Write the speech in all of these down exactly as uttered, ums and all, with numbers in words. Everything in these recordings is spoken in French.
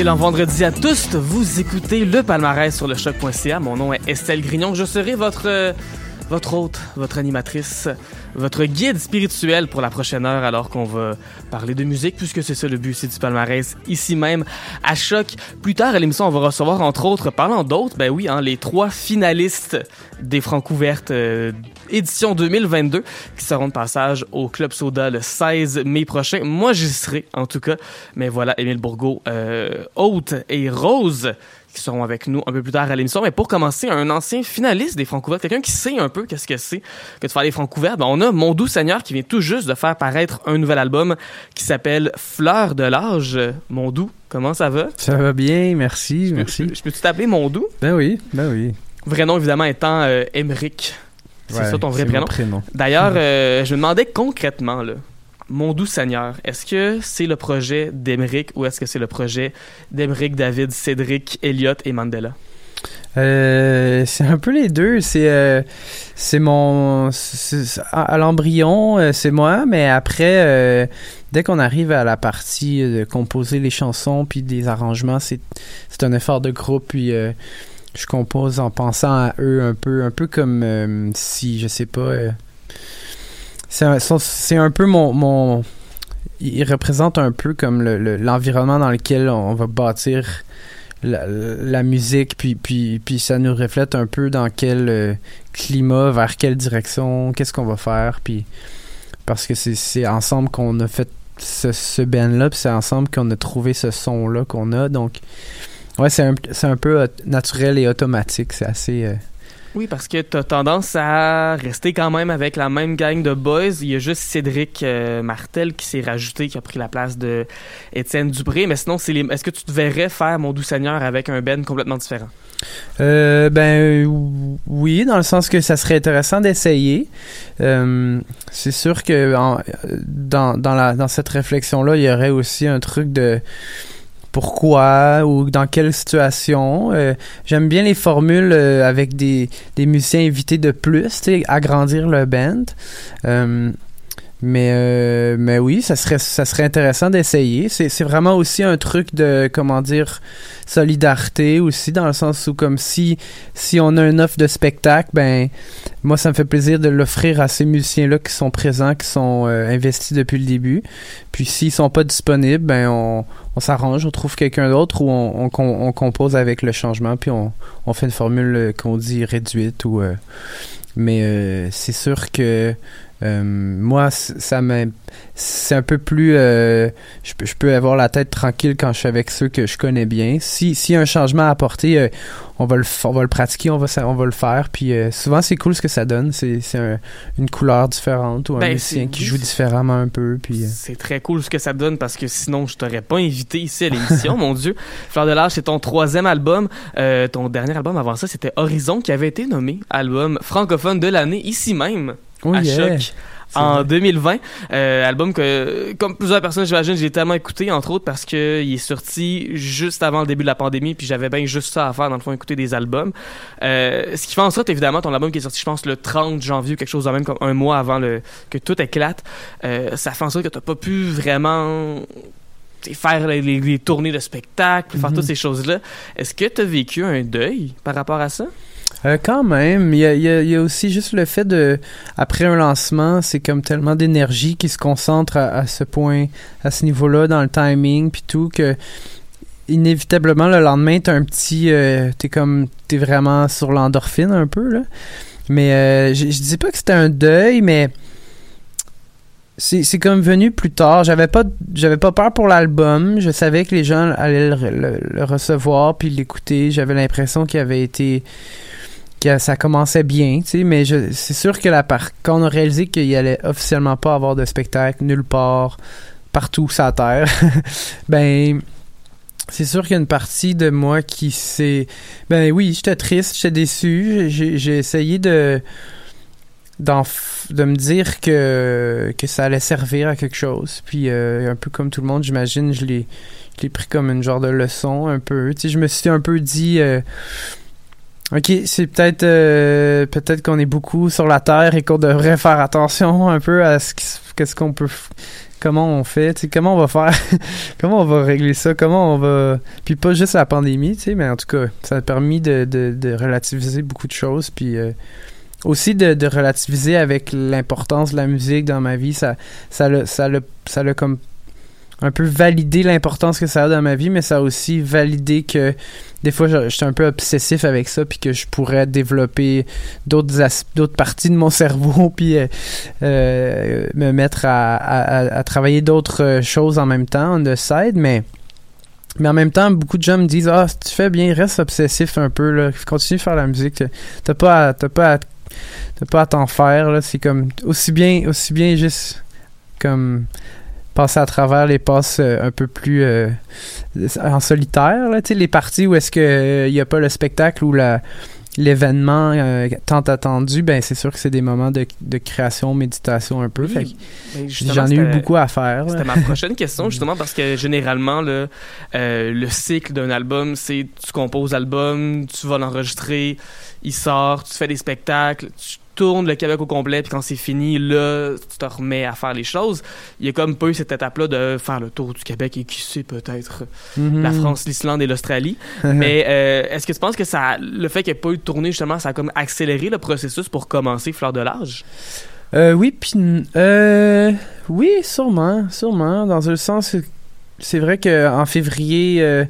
Excellent vendredi à tous. Vous écoutez le palmarès sur le choc point c a. Mon nom est Estelle Grignon. Je serai votre, euh, votre hôte, votre animatrice, votre guide spirituel pour la prochaine heure alors qu'on va parler de musique puisque c'est ça le but, c'est du palmarès ici même à Choc. Plus tard à l'émission, on va recevoir entre autres, parlant d'autres, ben oui, hein, les trois finalistes des Francouvertes euh, édition deux mille vingt-deux qui seront de passage au Club Soda le seize mai prochain. Moi, j'y serai en tout cas. Mais voilà, Émile Bourgault, euh, Haute et Rose qui seront avec nous un peu plus tard à l'émission. Mais pour commencer, un ancien finaliste des Francouvertes, quelqu'un qui sait un peu qu'est-ce que c'est que de faire les Francouvertes, ben on a Mon Doux Seigneur qui vient tout juste de faire paraître un nouvel album qui s'appelle Fleur de l'âge. Mon Doux, comment ça va? Ça va bien, merci, je merci. Peux, je peux-tu t'appeler Mon Doux? Ben oui, ben oui. Vrai nom évidemment étant euh, Émeric. C'est ouais, ça ton vrai prénom? prénom. D'ailleurs, euh, je me demandais concrètement, là, Mon Doux Seigneur, est-ce que c'est le projet d'Émeric ou est-ce que c'est le projet d'Émeric, David, Cédric, Elliott et Mandela? Euh, c'est un peu les deux. C'est, euh, c'est mon... C'est, c'est, à l'embryon, euh, c'est moi, mais après, euh, dès qu'on arrive à la partie de composer les chansons puis des arrangements, c'est, c'est un effort de groupe, puis... Euh, je compose en pensant à eux un peu, un peu comme euh, si, je sais pas, euh, c'est, un, c'est un peu mon, mon... Il représente un peu comme le, le, l'environnement dans lequel on va bâtir la, la musique, puis, puis, puis ça nous reflète un peu dans quel euh, climat, vers quelle direction, qu'est-ce qu'on va faire, puis parce que c'est, c'est ensemble qu'on a fait ce, ce band-là, puis c'est ensemble qu'on a trouvé ce son-là qu'on a, donc... Ouais, c'est un, c'est un peu naturel et automatique. C'est assez... Euh... Oui, parce que t'as tendance à rester quand même avec la même gang de boys. Il y a juste Cédric euh, Martel qui s'est rajouté, qui a pris la place de Étienne Dupré. Mais sinon, c'est les... est-ce que tu te verrais faire Mon Doux Seigneur avec un band complètement différent? Euh, ben oui, dans le sens que ça serait intéressant d'essayer. Euh, c'est sûr que en, dans, dans, la, dans cette réflexion-là, il y aurait aussi un truc de... pourquoi ou dans quelle situation. Euh, j'aime bien les formules euh, avec des, des musiciens invités de plus, tu sais, agrandir le band. Euh, mais, euh, mais oui, ça serait, ça serait intéressant d'essayer. C'est, c'est vraiment aussi un truc de, comment dire, solidarité aussi, dans le sens où comme si, si on a une offre de spectacle, ben moi, ça me fait plaisir de l'offrir à ces musiciens-là qui sont présents, qui sont euh, investis depuis le début. Puis s'ils sont pas disponibles, ben on, on s'arrange, on trouve quelqu'un d'autre ou on, on, on compose avec le changement, puis on, on fait une formule qu'on dit réduite. ou euh, Mais euh, c'est sûr que euh, moi, ça me, c'est un peu plus... Euh, je, je peux avoir la tête tranquille quand je suis avec ceux que je connais bien. Si, s'il y a un changement à apporter, euh, on, va le, on va le pratiquer, on va, on va le faire. Puis euh, souvent, c'est cool ce que ça donne. C'est, c'est un, une couleur différente ou un ben, musicien qui joue différemment un peu. Puis, euh. C'est très cool ce que ça donne parce que sinon, je t'aurais pas invité ici à l'émission, mon Dieu. Fleur de l'âge, c'est ton troisième album. Euh, ton dernier album avant ça, c'était Horizon qui avait été nommé album francophone de l'année ici même. Oh à yeah. Choc en deux mille vingt. Euh, album que, comme plusieurs personnes, j'imagine, j'ai tellement écouté, entre autres, parce que il est sorti juste avant le début de la pandémie, puis j'avais bien juste ça à faire, dans le fond, écouter des albums. Euh, ce qui fait en sorte, évidemment, ton album qui est sorti, je pense, le trente janvier, quelque chose de même, comme un mois avant le, que tout éclate, euh, ça fait en sorte que t'as pas pu vraiment... faire les, les, les tournées de spectacles, faire mm-hmm. toutes ces choses-là. Est-ce que t'as vécu un deuil par rapport à ça? Euh, quand même, il y a, il y a, il y a aussi juste le fait de, après un lancement, c'est comme tellement d'énergie qui se concentre à, à ce point, à ce niveau-là, dans le timing puis tout, que inévitablement le lendemain t'as un petit, euh, t'es comme, t'es vraiment sur l'endorphine un peu là. Mais euh, je, je dis pas que c'était un deuil, mais c'est, c'est comme venu plus tard. J'avais pas, j'avais pas peur pour l'album. Je savais que les gens allaient le, le, le recevoir puis l'écouter. J'avais l'impression qu'il avait été que ça commençait bien, tu sais, mais je, c'est sûr que la part, quand on a réalisé qu'il y allait officiellement pas avoir de spectacle nulle part, partout sur la terre, ben, c'est sûr qu'il y a une partie de moi qui s'est... Ben oui, j'étais triste, j'étais déçu, j'ai, j'ai essayé de... de me dire que, que ça allait servir à quelque chose, puis euh, un peu comme tout le monde, j'imagine, je l'ai, je l'ai pris comme une genre de leçon, un peu, tu sais, je me suis un peu dit... Euh, OK, c'est peut-être euh, peut-être qu'on est beaucoup sur la terre et qu'on devrait faire attention un peu à ce, qui, qu'est-ce qu'on peut comment on fait, tu sais, comment on va faire, comment on va régler ça, comment on va... Puis pas juste la pandémie, tu sais, mais en tout cas, ça a permis de, de, de relativiser beaucoup de choses, puis euh, aussi de, de relativiser avec l'importance de la musique dans ma vie. Ça, ça l'a, ça l'a, ça l'a comme un peu validé l'importance que ça a dans ma vie, mais ça a aussi validé que des fois, je, je suis un peu obsessif avec ça, puis que je pourrais développer d'autres as- d'autres parties de mon cerveau, puis euh, euh, me mettre à, à, à travailler d'autres choses en même temps, on the side, mais mais en même temps, beaucoup de gens me disent « Ah, tu fais bien, reste obsessif un peu, là, continue de faire la musique, t'as pas à, t'as pas à, t'as pas à t'en faire, là, c'est comme, aussi bien, aussi bien juste, comme... passer à travers les passes euh, un peu plus euh, en solitaire, là, tu sais, les parties où est-ce que il euh, y a pas le spectacle ou la, l'événement euh, tant attendu, ben c'est sûr que c'est des moments de, de création, méditation un peu. Oui, fait que ben j'en ai eu beaucoup à faire. C'était ma prochaine question, justement, parce que généralement, là, euh, le cycle d'un album, c'est tu composes l'album, tu vas l'enregistrer, il sort, tu fais des spectacles, tu tournes le Québec au complet, puis quand c'est fini, là, tu te remets à faire les choses. Il y a comme pas eu cette étape-là de faire le tour du Québec et qui sait peut-être mm-hmm. la France, l'Islande et l'Australie. Mais euh, est-ce que tu penses que ça, le fait qu'il n'y ait pas eu de tournée, justement, ça a comme accéléré le processus pour commencer Fleur de l'Âge? Euh, oui, puis euh, oui, sûrement, sûrement. Dans un sens, c'est vrai qu'en février, euh,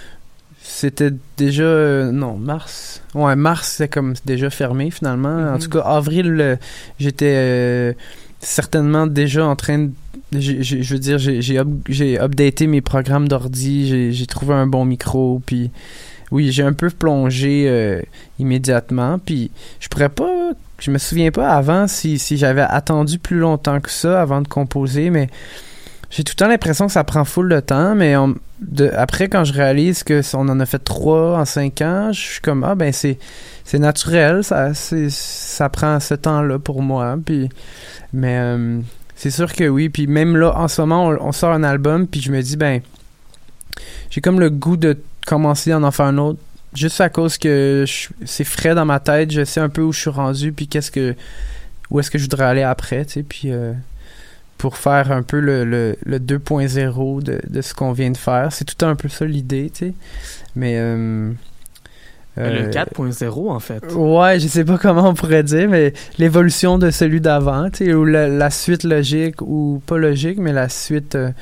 c'était déjà... Euh, non, mars... Ouais, mars, c'est comme déjà fermé, finalement. Mm-hmm. En tout cas, avril, euh, j'étais euh, certainement déjà en train de... J'ai, j'ai, je veux dire, j'ai, j'ai, up, j'ai updaté mes programmes d'ordi, j'ai, j'ai trouvé un bon micro, puis... Oui, j'ai un peu plongé euh, immédiatement, puis je pourrais pas... Je me souviens pas avant si, si j'avais attendu plus longtemps que ça avant de composer, mais... J'ai tout le temps l'impression que ça prend full de temps, mais on, de, après, quand je réalise que on en a fait trois en cinq ans, je suis comme, ah ben c'est c'est naturel, ça, c'est, ça prend ce temps-là pour moi. Puis, mais euh, c'est sûr que oui. Puis même là, en ce moment, on, on sort un album, puis je me dis, ben, j'ai comme le goût de commencer à en faire un autre, juste à cause que je, c'est frais dans ma tête, je sais un peu où je suis rendu, puis qu'est-ce que, où est-ce que je voudrais aller après, tu sais, puis... Euh, pour faire un peu le, le, le deux point zéro de, de ce qu'on vient de faire. C'est tout un peu ça l'idée, tu sais. Mais... Euh, euh, le quatre point zéro, en fait. Ouais, je sais pas comment on pourrait dire, mais l'évolution de celui d'avant, tu sais, ou la, la suite logique, ou pas logique, mais la suite... Euh,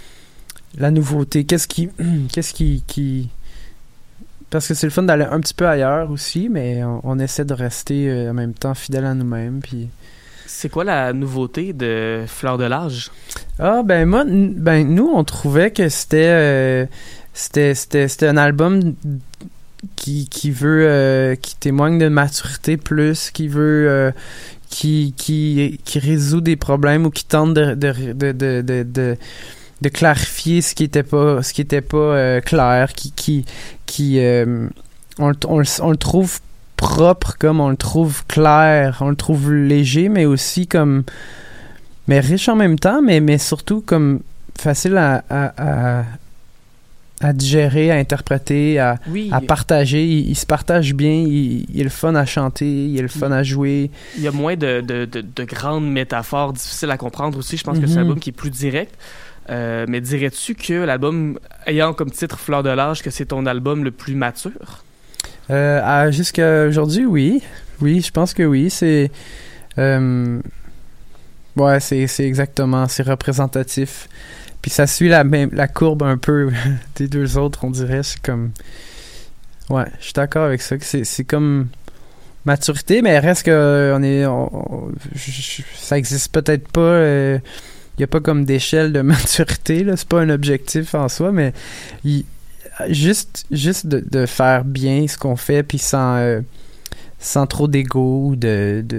la nouveauté. Qu'est-ce qui... Qu'est-ce qui... qui... Parce que c'est le fun d'aller un petit peu ailleurs aussi, mais on, on essaie de rester euh, en même temps fidèle à nous-mêmes, puis... C'est quoi la nouveauté de Fleur de l'Âge? Ah, ben moi, n- ben nous, on trouvait que c'était, euh, c'était, c'était, c'était un album qui, qui veut, euh, qui témoigne de maturité plus, qui veut, euh, qui, qui, qui résout des problèmes ou qui tente de, de, de, de, de, de, de clarifier ce qui était pas, ce qui était pas euh, clair, qui, qui, qui, euh, on, on, on le trouve propre, comme on le trouve clair, on le trouve léger, mais aussi comme mais riche en même temps, mais, mais surtout comme facile à, à, à, à digérer, à interpréter, à, oui. à partager. Il, il se partage bien, il, il est le fun à chanter, il est le fun à jouer. Il y a moins de, de, de, de grandes métaphores difficiles à comprendre aussi. Je pense mm-hmm. que c'est un album qui est plus direct. Euh, mais dirais-tu que l'album, ayant comme titre Fleur de l'Âge, que c'est ton album le plus mature? Euh, à, jusqu'à aujourd'hui, oui. Oui, je pense que oui. C'est... Euh, ouais, c'est, c'est exactement... C'est représentatif. Puis ça suit la, même, la courbe un peu des deux autres, on dirait. C'est comme... Ouais, je suis d'accord avec ça. C'est, c'est comme... Maturité, mais reste que... On est, on, on, je, ça existe peut-être pas... Euh, il n'y a pas comme d'échelle de maturité, là. C'est pas un objectif en soi, mais... Il, Juste, juste de, de faire bien ce qu'on fait, puis sans, euh, sans trop d'ego, de, de,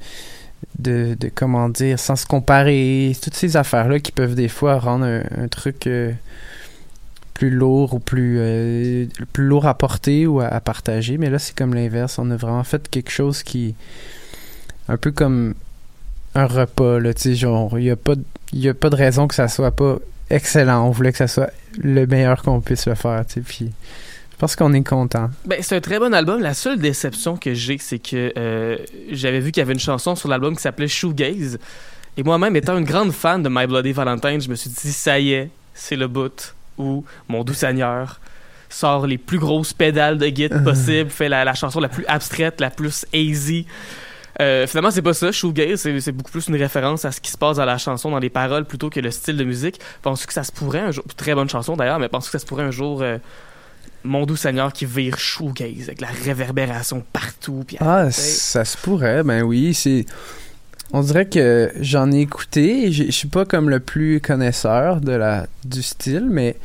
de, de, comment dire, sans se comparer, toutes ces affaires-là qui peuvent des fois rendre un, un truc euh, plus lourd ou plus, euh, plus lourd à porter ou à, à partager. Mais là, c'est comme l'inverse. On a vraiment fait quelque chose qui, un peu comme un repas, là, tu sais, genre, il n'y a pas, il y a pas de raison que ça soit pas excellent. On voulait que ça soit le meilleur qu'on puisse le faire, tu sais, puis je pense qu'on est content. Ben, c'est un très bon album. La seule déception que j'ai, c'est que euh, j'avais vu qu'il y avait une chanson sur l'album qui s'appelait Shoegaze, Et moi-même, étant une grande fan de My Bloody Valentine, je me suis dit, ça y est, c'est le bout où mon doux Seigneur sort les plus grosses pédales de guitare possibles, fait la, la chanson la plus abstraite, la plus hazy. Euh, finalement, c'est pas ça. Shoegaze, c'est, c'est beaucoup plus une référence à ce qui se passe dans la chanson, dans les paroles, plutôt que le style de musique. Penses-tu que ça se pourrait un jour... Très bonne chanson d'ailleurs, mais penses-tu que ça se pourrait un jour... Euh, Mon doux Seigneur qui vire shoegaze avec la réverbération partout. Puis ah, ça se pourrait, ben oui. C'est... On dirait que j'en ai écouté. Je suis pas comme le plus connaisseur de la... du style, mais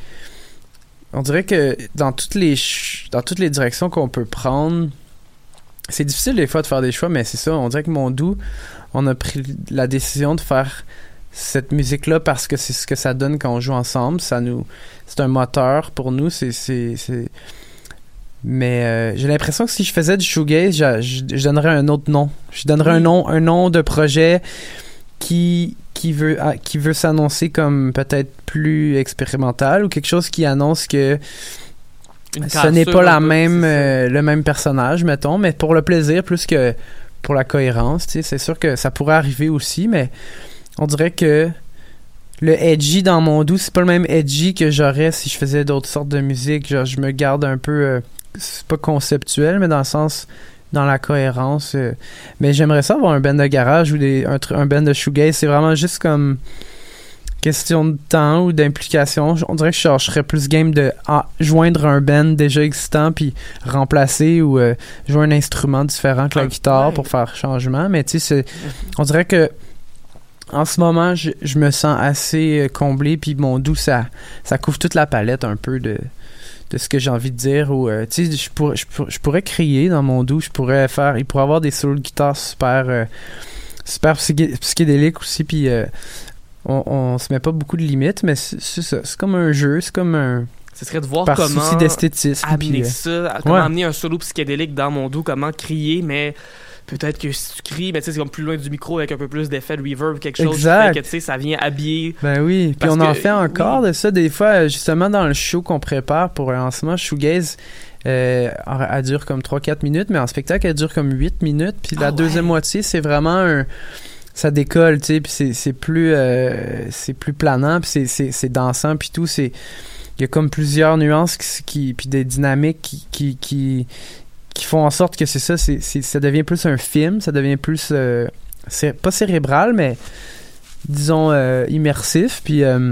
on dirait que dans toutes les, ch... dans toutes les directions qu'on peut prendre, c'est difficile des fois de faire des choix, mais c'est ça. On dirait que Mon doux, on a pris la décision de faire cette musique-là parce que c'est ce que ça donne quand on joue ensemble. Ça nous... C'est un moteur pour nous. C'est... c'est, c'est... Mais euh, j'ai l'impression que si je faisais du shoegaze, je, je, je donnerais un autre nom. Je donnerais oui. un nom un nom de projet qui, qui, veut, ah, qui veut s'annoncer comme peut-être plus expérimental ou quelque chose qui annonce que ce n'est pas la même, euh, le même personnage, mettons, mais pour le plaisir plus que pour la cohérence. Tu sais, c'est sûr que ça pourrait arriver aussi, mais on dirait que le edgy dans Mon doux, c'est pas le même edgy que j'aurais si je faisais d'autres sortes de musique. Genre, je me garde un peu... Euh, c'est pas conceptuel, mais dans le sens... Dans la cohérence. Euh, mais j'aimerais ça avoir un band de garage ou des, un, un band de shoegaze. C'est vraiment juste comme... question de temps ou d'implication. On dirait que je, je serais plus game de ah, joindre un band déjà existant puis remplacer ou euh, jouer un instrument différent que la guitare ouais. pour faire changement. Mais tu sais, on dirait que en ce moment, je, je me sens assez comblé, puis Mon doux, ça, ça couvre toute la palette un peu de, de ce que j'ai envie de dire. Ou, euh, tu sais, je, pour, je, pour, je pourrais crier dans Mon doux, je pourrais faire, il pourrait avoir des solos de guitare super, euh, super psyché, psychédéliques aussi, puis euh, on, on se met pas beaucoup de limites, mais c'est, c'est ça, c'est comme un jeu, c'est comme un... Ce serait de voir par comment souci d'esthétisme, amener puis, ça, comment ouais. amener un solo psychédélique dans Mon doux, comment crier, mais... Peut-être que si tu cries, mais tu sais, c'est comme plus loin du micro avec un peu plus d'effet de reverb ou quelque chose. Exact. Que tu sais, ça vient habiller. Ben oui. Puis on que, en fait encore oui. de ça. Des fois, justement, dans le show qu'on prépare pour un lancement, Shoegaze, euh, elle dure comme trois à quatre minutes, mais en spectacle, elle dure comme huit minutes. Puis la oh, deuxième ouais. moitié, c'est vraiment un... Ça décolle, tu sais, puis c'est, c'est plus... Euh, c'est plus planant, puis c'est, c'est, c'est dansant, puis tout. C'est... Il y a comme plusieurs nuances qui... qui puis des dynamiques qui... qui, qui qui font en sorte que c'est ça, c'est, c'est, ça devient plus un film, ça devient plus, euh, c'est pas cérébral, mais disons euh, immersif, puis euh,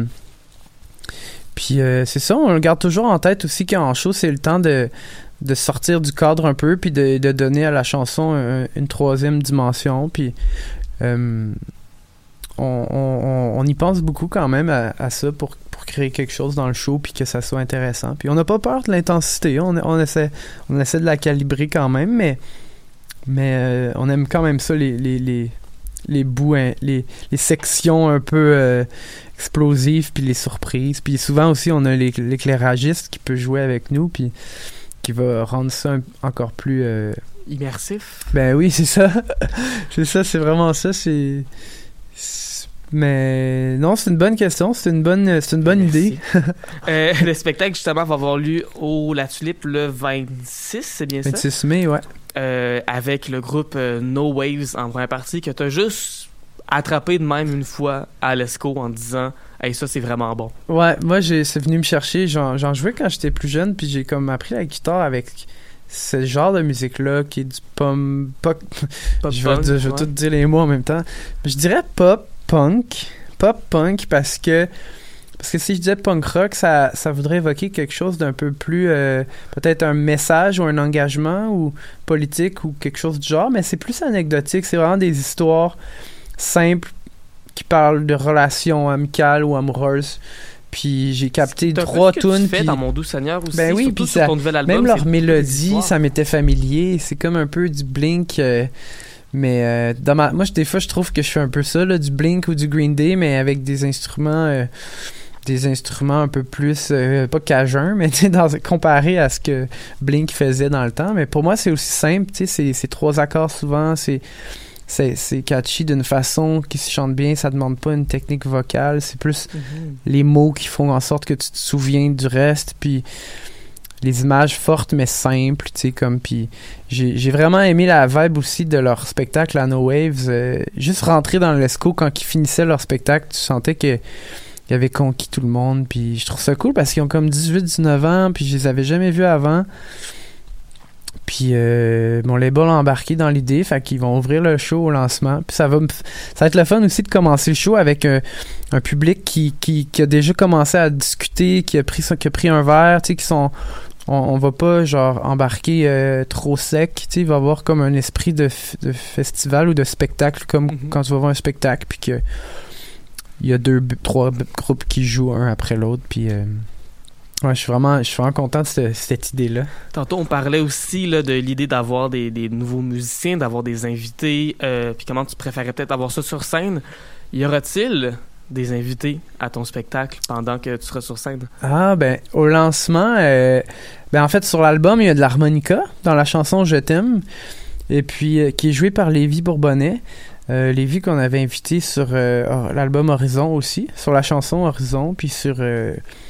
puis euh, c'est ça, on le garde toujours en tête aussi qu'en show, c'est le temps de, de sortir du cadre un peu, puis de, de donner à la chanson un, une troisième dimension, puis euh, on, on, on y pense beaucoup quand même à, à ça pour pour créer quelque chose dans le show puis que ça soit intéressant. Puis on n'a pas peur de l'intensité, on, on essaie on essaie de la calibrer quand même, mais mais euh, on aime quand même ça, les les les, les bouts, hein, les, les sections un peu euh, explosives puis les surprises. Puis souvent aussi on a l'éclairagiste qui peut jouer avec nous puis qui va rendre ça un, encore plus euh... immersif. Ben oui, c'est ça. c'est ça, c'est vraiment ça, c'est Mais non, c'est une bonne question, c'est une bonne, c'est une bonne idée. euh, le spectacle, justement, va avoir lieu au La Tulipe le vingt-six, c'est bien ça? vingt-six mai, ouais. Euh, avec le groupe euh, No Waves en première partie, que t'as juste attrapé de même une fois à l'Esco en disant « Hey, ça, c'est vraiment bon. » Ouais, moi, j'ai, c'est venu me chercher. J'en, j'en jouais quand j'étais plus jeune, puis j'ai comme appris la guitare avec ce genre de musique-là qui est du pom... Pop, pop je vais, punk, dire, je vais ouais. tout dire les mots en même temps. Je dirais pop, punk, pop punk parce que parce que si je disais punk rock, ça, ça voudrait évoquer quelque chose d'un peu plus euh, peut-être un message ou un engagement ou politique ou quelque chose du genre, mais c'est plus anecdotique, c'est vraiment des histoires simples qui parlent de relations amicales ou amoureuses. Puis j'ai capté c'est trois tunes. C'est tu fais puis... dans Mon doux Seigneur aussi, ben oui, puis ça, ton nouvel album, même leur mélodie, ça m'était familier, c'est comme un peu du Blink. Euh, Mais euh, dans ma... moi, des fois, je trouve que je fais un peu ça, là, du Blink ou du Green Day, mais avec des instruments euh, des instruments un peu plus, euh, pas cajun, mais dans, comparé à ce que Blink faisait dans le temps. Mais pour moi, c'est aussi simple, tu sais, c'est, c'est trois accords souvent, c'est, c'est, c'est catchy d'une façon qui se chante bien, ça demande pas une technique vocale, c'est plus mm-hmm. les mots qui font en sorte que tu te souviens du reste, puis... les images fortes mais simples, tu sais, comme, puis j'ai, j'ai vraiment aimé la vibe aussi de leur spectacle à No Waves. Euh, juste rentrer dans l'Esco quand ils finissaient leur spectacle, tu sentais que ils avaient conquis tout le monde, puis je trouve ça cool parce qu'ils ont comme dix-huit dix-neuf ans, puis je les avais jamais vus avant. Puis euh, mon label a embarqué dans l'idée, fait qu'ils vont ouvrir le show au lancement. Puis ça va me, ça va être le fun aussi de commencer le show avec un, un public qui, qui, qui a déjà commencé à discuter, qui a pris, qui a pris un verre, tu sais, qui sont... On, on va pas genre embarquer euh, trop sec, tu sais, il va y avoir comme un esprit de, f- de festival ou de spectacle, comme mm-hmm. quand tu vas voir un spectacle, puis que il y a deux, trois groupes qui jouent un après l'autre, puis... Euh, ouais, je suis vraiment, je suis vraiment content de cette, cette idée-là. Tantôt, on parlait aussi là, de l'idée d'avoir des, des nouveaux musiciens, d'avoir des invités, euh, puis comment tu préférais peut-être avoir ça sur scène. Y aura-t-il des invités à ton spectacle pendant que tu seras sur scène? Ah, ben, au lancement, euh, ben, en fait, sur l'album, il y a de l'harmonica dans la chanson « Je t'aime », et puis euh, qui est jouée par Lévi Bourbonnais. Euh, Lévi qu'on avait invité sur euh, l'album Horizon aussi, sur la chanson Horizon, puis sur... Euh,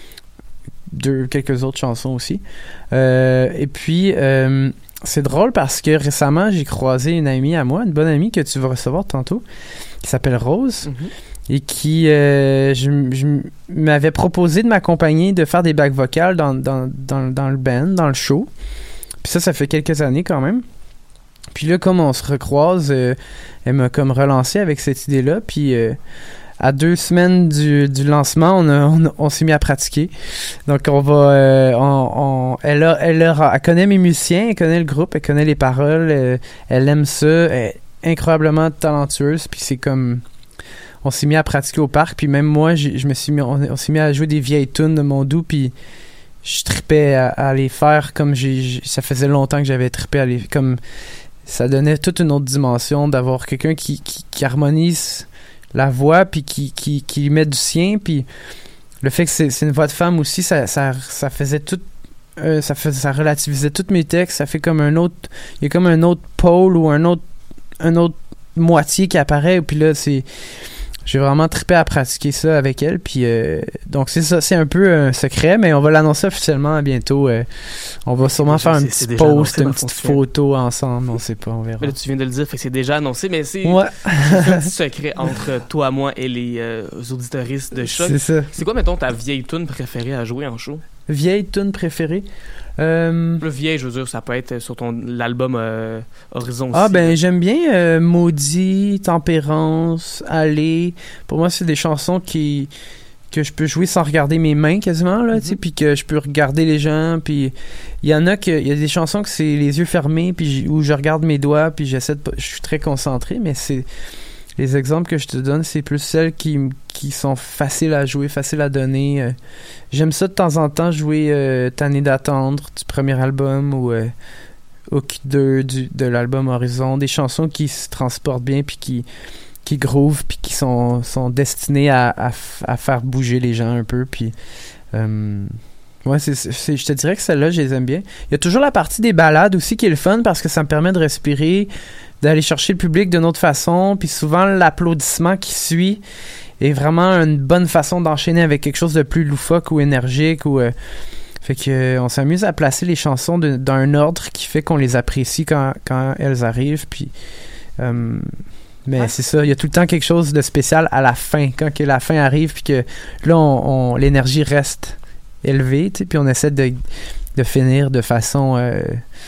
de quelques autres chansons aussi. Euh, et puis, euh, c'est drôle parce que récemment, j'ai croisé une amie à moi, une bonne amie que tu vas recevoir tantôt, qui s'appelle Rose, mm-hmm. et qui euh, je, je m'avait proposé de m'accompagner, de faire des bacs vocales dans, dans, dans, dans le band, dans le show. Puis ça, ça fait quelques années quand même. Puis là, comme on se recroise, euh, elle m'a comme relancé avec cette idée-là, puis... Euh, à deux semaines du, du lancement, on, a, on, on s'est mis à pratiquer. Donc, on va... Euh, on, on, elle, a, elle, a, elle connaît mes musiciens, elle connaît le groupe, elle connaît les paroles, elle, elle aime ça, elle est incroyablement talentueuse, puis c'est comme... On s'est mis à pratiquer au parc, puis même moi, je me suis mis, on, on s'est mis à jouer des vieilles tunes de Mondou, puis je tripais à, à les faire comme j'ai, j'ai... Ça faisait longtemps que j'avais trippé à les... Comme, ça donnait toute une autre dimension d'avoir quelqu'un qui, qui, qui harmonise... la voix, puis qui, qui, qui met du sien, puis le fait que c'est, c'est une voix de femme aussi, ça, ça, ça faisait tout, euh, ça, faisait, ça relativisait tous mes textes, ça fait comme un autre, il y a comme un autre pôle ou un autre, un autre moitié qui apparaît, puis là, c'est, j'ai vraiment trippé à pratiquer ça avec elle, puis euh, donc c'est ça, c'est un peu un secret, mais on va l'annoncer officiellement bientôt. Euh, on va sûrement déjà, faire un petit post, une petite photo ensemble, on sait pas, on verra. Là, tu viens de le dire, fait que c'est déjà annoncé, mais c'est ouais. un petit secret entre toi, moi et les euh, auditeuristes de Choc. C'est ça. C'est quoi, mettons, ta vieille tune préférée à jouer en show? Vieille tune préférée? Euh... Le vieil, je veux dire, ça peut être sur ton l'album euh, Horizon aussi. Ah ben là. J'aime bien euh, Maudit, Tempérance, Aller. Pour moi, c'est des chansons qui que je peux jouer sans regarder mes mains quasiment là, mm-hmm. tu sais, puis que je peux regarder les gens. Puis il y en a que il y a des chansons que c'est les yeux fermés, puis où je regarde mes doigts, puis j'essaie de, je suis très concentré, mais c'est les exemples que je te donne, c'est plus celles qui, qui sont faciles à jouer, faciles à donner. Euh, j'aime ça de temps en temps jouer euh, Tanné d'attendre du premier album ou euh, Hook deux du, de l'album Horizon. Des chansons qui se transportent bien puis qui, qui groovent puis qui sont, sont destinées à, à, à faire bouger les gens un peu. Puis, euh, ouais, c'est, c'est, je te dirais que celles-là, je les aime bien. Il y a toujours la partie des ballades aussi qui est le fun parce que ça me permet de respirer, d'aller chercher le public d'une autre façon, puis souvent l'applaudissement qui suit est vraiment une bonne façon d'enchaîner avec quelque chose de plus loufoque ou énergique ou euh, fait que euh, on s'amuse à placer les chansons de, d'un ordre qui fait qu'on les apprécie quand, quand elles arrivent, puis euh, mais ouais. C'est ça, il y a tout le temps quelque chose de spécial à la fin, quand que la fin arrive, puis que là on, on l'énergie reste élevée, tu sais, puis on essaie de, de finir de façon euh,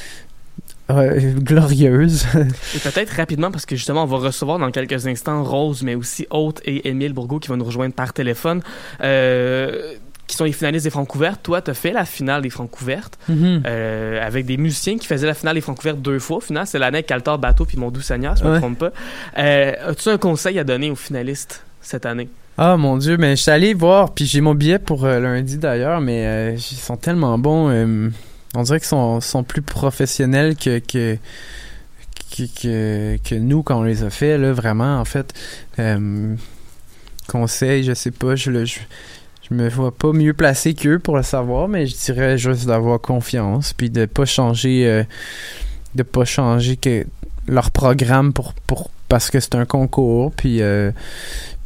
Euh, glorieuse. Et peut-être rapidement, parce que justement, on va recevoir dans quelques instants Rose, mais aussi Haute et Émile Bourgault qui vont nous rejoindre par téléphone, euh, qui sont les finalistes des Francouvertes. Toi, tu as fait la finale des Francouvertes mm-hmm. euh, avec des musiciens qui faisaient la finale des Francouvertes deux fois. Au final, c'est l'année avec Caltar Bateau puis Mondou Sagna, si je ne me trompe pas. Euh, as-tu un conseil à donner aux finalistes cette année? Ah mon Dieu, mais je suis allé voir, puis j'ai mon billet pour euh, lundi d'ailleurs, mais euh, ils sont tellement bons. Euh, On dirait qu'ils sont, sont plus professionnels que, que, que, que, que nous quand on les a fait, là, vraiment, en fait. Euh, conseil, je sais pas, je, le, je, je me vois pas mieux placé qu'eux pour le savoir, mais je dirais juste d'avoir confiance, puis de pas changer, euh, de pas changer que leur programme pour, pour, parce que c'est un concours, puis... Euh,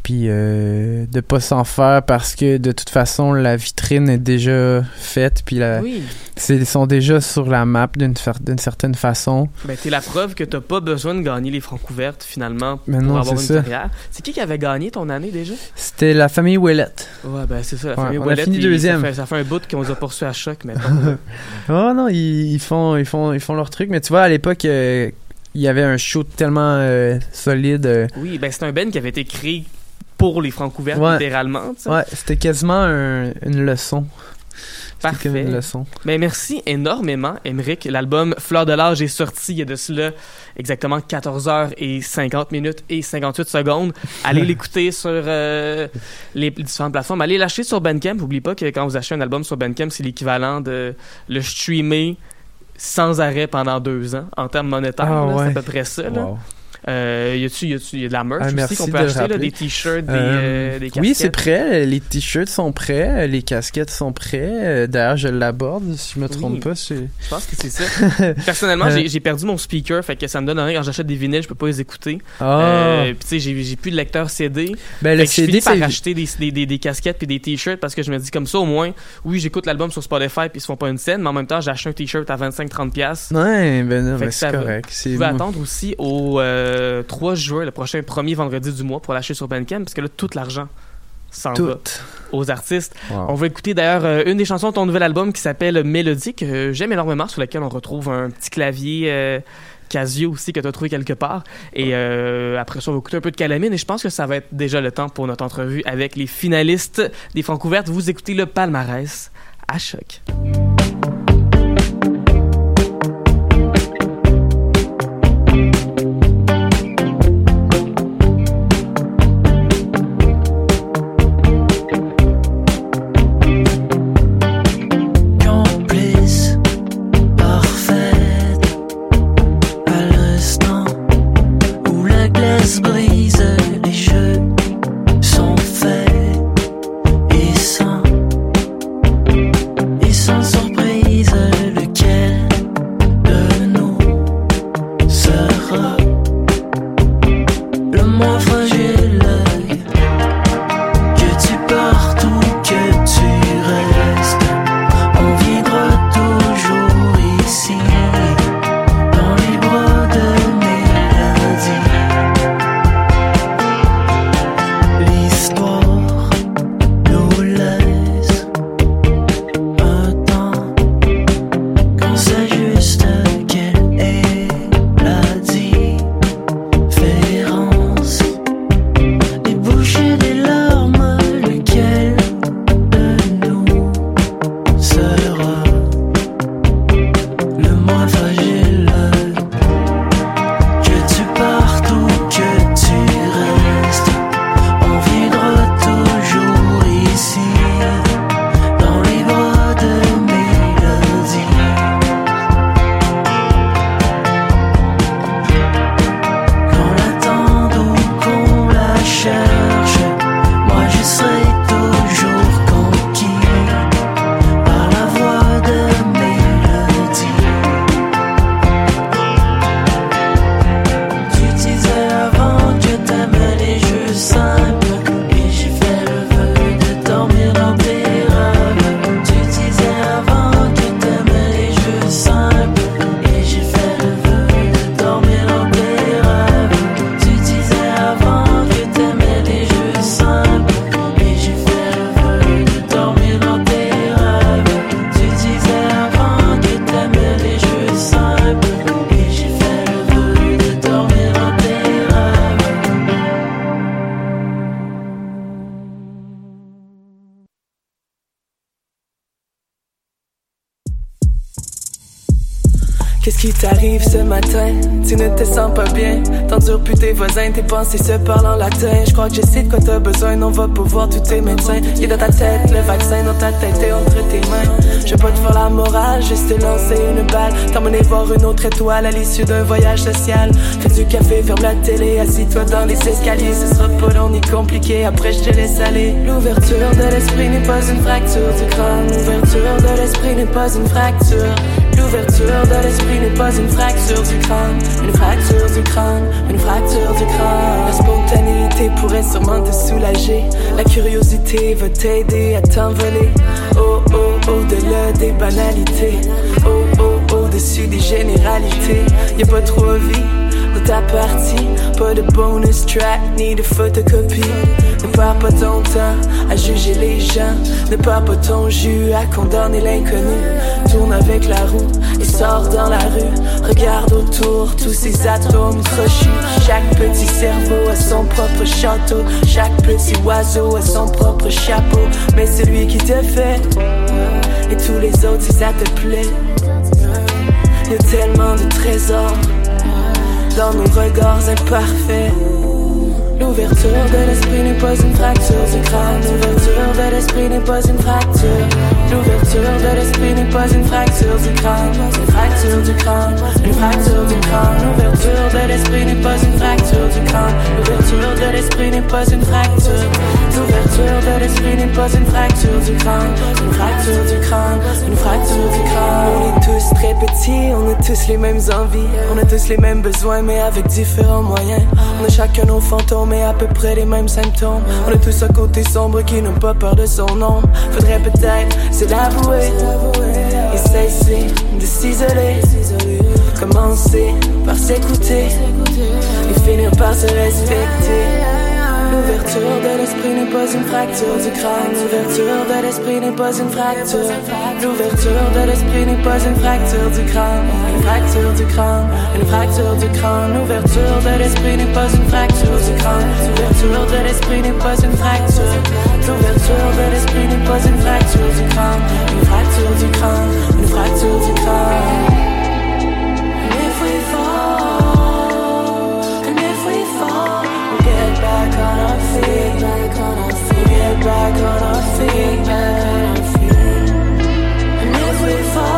Puis euh, de pas s'en faire parce que de toute façon la vitrine est déjà faite, puis la, oui. c'est, ils sont déjà sur la map d'une, d'une certaine façon. Ben t'es la preuve que t'as pas besoin de gagner les Francouvertes finalement pour Mais non, avoir c'est une ça. carrière. C'est qui qui avait gagné ton année déjà? C'était la famille Ouellette. Ouais ben c'est ça, la Ouais, famille on Ouellette. a fini ils- deuxième. Ça fait, ça fait un bout qu'on nous a poursuivis à choc maintenant. Oh non, ils, ils font ils font ils font leur truc, mais tu vois à l'époque euh, il y avait un show tellement euh, solide. euh, Oui, ben c'est un band qui avait été créé pour les Francouvertes Ouais. littéralement. Tu sais. ouais, c'était quasiment un- une leçon. C'était Parfait. comme une leçon. Ben merci énormément, Émeric. L'album Fleur de l'âge est sorti il y a de cela exactement quatorze heures cinquante minutes et cinquante-huit secondes. Allez l'écouter sur euh, les différentes plateformes. Allez l'acheter sur Bandcamp. N'oublie pas que quand vous achetez un album sur Bandcamp, c'est l'équivalent de le streamer sans arrêt pendant deux ans. En termes monétaires, Ah, là, ouais. c'est à peu près ça. Là. Wow. Euh, y a-tu, y a-tu y a de la merch Ah, aussi merci qu'on peut de le acheter, là, rappeler. des t-shirts, des, Euh, euh, des casquettes? Oui, c'est prêt. Les t-shirts sont prêts. Les casquettes sont prêts. Euh, D'ailleurs, je l'aborde, si je me trompe Oui. pas. C'est... Je pense que c'est ça. Personnellement, Euh. j'ai, j'ai perdu mon speaker, fait que ça me donne rien quand j'achète des vinyles, je peux pas les écouter. Ah, Euh, puis tu sais, j'ai, j'ai plus de lecteur C D. ben Fait le que je C D, finis par c'est... acheter des, des, des, des casquettes puis des t-shirts parce que je me dis comme ça au moins, oui, j'écoute l'album sur Spotify puis ils se font pas une scène, mais en même temps, j'achète un t-shirt à vingt-cinq trente piastres. Ouais, ben non, Fait mais que c'est ça va. correct. C'est... Vous pouvez attendre aussi au euh, trois juin, le prochain premier vendredi du mois pour l'acheter sur Bandcamp parce que là, tout l'argent s'en Tout. va aux artistes. Wow. On va écouter d'ailleurs euh, une des chansons de ton nouvel album qui s'appelle Mélodie, que j'aime énormément, sur laquelle on retrouve un petit clavier euh, Casio aussi que tu as trouvé quelque part. Et euh, après ça, on va écouter un peu de Calamine et je pense que ça va être déjà le temps pour notre entrevue avec les finalistes des Francouvertes. Vous écoutez le palmarès à Choc. Complice, parfaite, à l'instant où la glace brise, les jeux sont faits et sans, et sans surprise, lequel de nous sera le moins fragile, que tu partes ou que tu restes. On vivra toujours ici, dans les bras de mélodie. L'histoire nous laisse un temps qu'on sait juste quelle est la différence. Des bouchées, des larmes, lequel de nous sera le moins fragile, que tu partes ou que tu restes. On vivra toujours ici, dans les bras de mélodie. Qu'on l'attende ou qu'on la cherche, moi je serai toujours conquis par la voix de mélodie. Tu disais avant que t'aimais les jeux simples, et j'ai fait le vœu de dormir dans tes rêves. Tu disais avant que t'aimais les jeux simples, et j'ai fait le vœu de dormir dans tes rêves. Tu disais avant que t'aimais les jeux simples, et j'ai fait le vœu de dormir dans tes rêves. Tu disais avant que t'aimais les jeux simples, et j'ai fait le vœu de dormir dans tes rêves. Qu'est-ce qui t'arrive ce matin? Tu ne te sens pas bien. T'endures plus tes voisins, tes pensées se parlent en latin. Je crois que je sais de quoi t'as besoin, on va pouvoir tous tes médecins. Il est dans ta tête, le vaccin dans ta tête et entre tes mains. Je veux pas te faire la morale, juste te lancer une balle. T'emmener voir une autre étoile à l'issue d'un voyage social. Fais du café, ferme la télé, assis-toi dans les escaliers. Ce sera pas long ni compliqué, après je te laisse aller. L'ouverture de l'esprit n'est pas une fracture du crâne. L'ouverture de l'esprit n'est pas une fracture. L'ouverture de l'esprit n'est pas une fracture du crâne. Une fracture du crâne, une fracture du crâne. La spontanéité pourrait sûrement te soulager. La curiosité va t'aider à t'envoler. Oh oh, au-delà des banalités. Oh oh, au-dessus des généralités. Y'a pas trop vie dans ta partie, pas de bonus track ni de photocopie. Ne perds pas ton temps à juger les gens, ne perds pas ton jus à condamner l'inconnu. Tourne avec la roue et sors dans la rue. Regarde autour tous ces atomes crochus. Chaque petit cerveau a son propre château, chaque petit oiseau a son propre chapeau. Mais celui qui te fait et tous les autres si ça te plaît. Y'a tellement de trésors dans nos regards imparfaits. L'ouverture de l'esprit n'est pas une fracture du crâne. L'ouverture de l'esprit n'est pas une fracture. L'ouverture de l'esprit n'est pas une fracture du crâne. Une fracture du crâne, une fracture du crâne. L'ouverture de l'esprit n'est pas une fracture du crâne. L'ouverture de l'esprit n'est pas une fracture. L'ouverture de l'esprit n'est pas une fracture du crâne. Une fracture du crâne, une fracture du crâne. On est tous très petits, on a tous les mêmes envies. On a tous les mêmes besoins mais avec différents moyens. On a chacun nos fantômes mais à peu près les mêmes symptômes. On a tous un côté sombre qui n'a pas peur de son ombre. Faudrait peut-être se l'avouer et cesser de s'isoler. Commencer par s'écouter et finir par se respecter. L'ouverture de l'esprit n'est pas une fracture du crâne. L'ouverture de l'esprit n'est pas une fracture. L'ouverture de l'esprit n'est pas une fracture du crâne. Une fracture du crâne, une fracture du crâne. L'ouverture de l'esprit n'est pas une fracture du crâne. L'ouverture de l'esprit n'est pas une fracture. L'ouverture de l'esprit n'est pas une fracture du crâne. Une fracture du crâne, une fracture du crâne. And if we fall, and if we fall, we'll get back on our feet, back on our feet, get back on our feet, back on our feet. And if we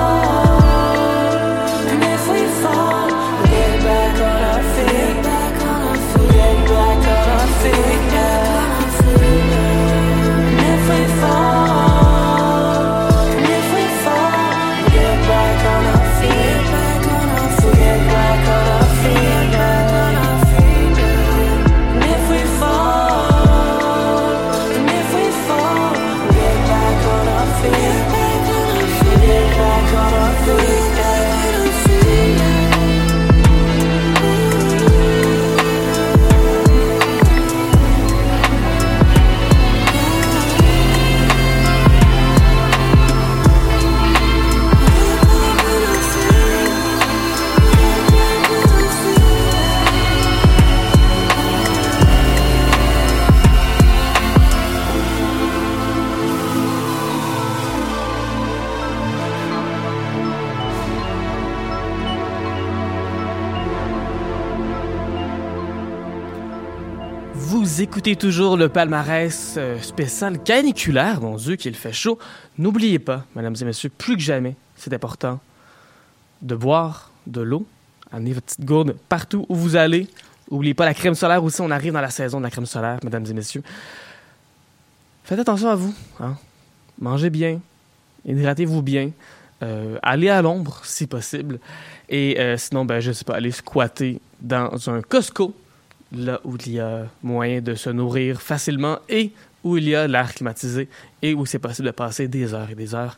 fall, and if we fall, we'll get back on our feet, back on our feet, get back on our feet, back on our feet. And if we fall, and if we fall, we'll get back on our feet, back on our feet, get back on our feet, back on our feet. And if we fall, and if we fall, we'll get back on our feet, back on our feet, get back on our feet, back on our feet. Vous écoutez toujours le palmarès euh, spécial caniculaire. Mon Dieu, qu'il fait chaud. N'oubliez pas, mesdames et messieurs, plus que jamais, c'est important de boire de l'eau. Amenez votre petite gourde partout où vous allez. N'oubliez pas la crème solaire aussi. On arrive dans la saison de la crème solaire, mesdames et messieurs. Faites attention à vous. Hein? Mangez bien. Hydratez-vous bien. Euh, allez à l'ombre, si possible. Et euh, sinon, ben, je sais pas, allez squatter dans un Costco, là où il y a moyen de se nourrir facilement et où il y a l'air climatisé et où c'est possible de passer des heures et des heures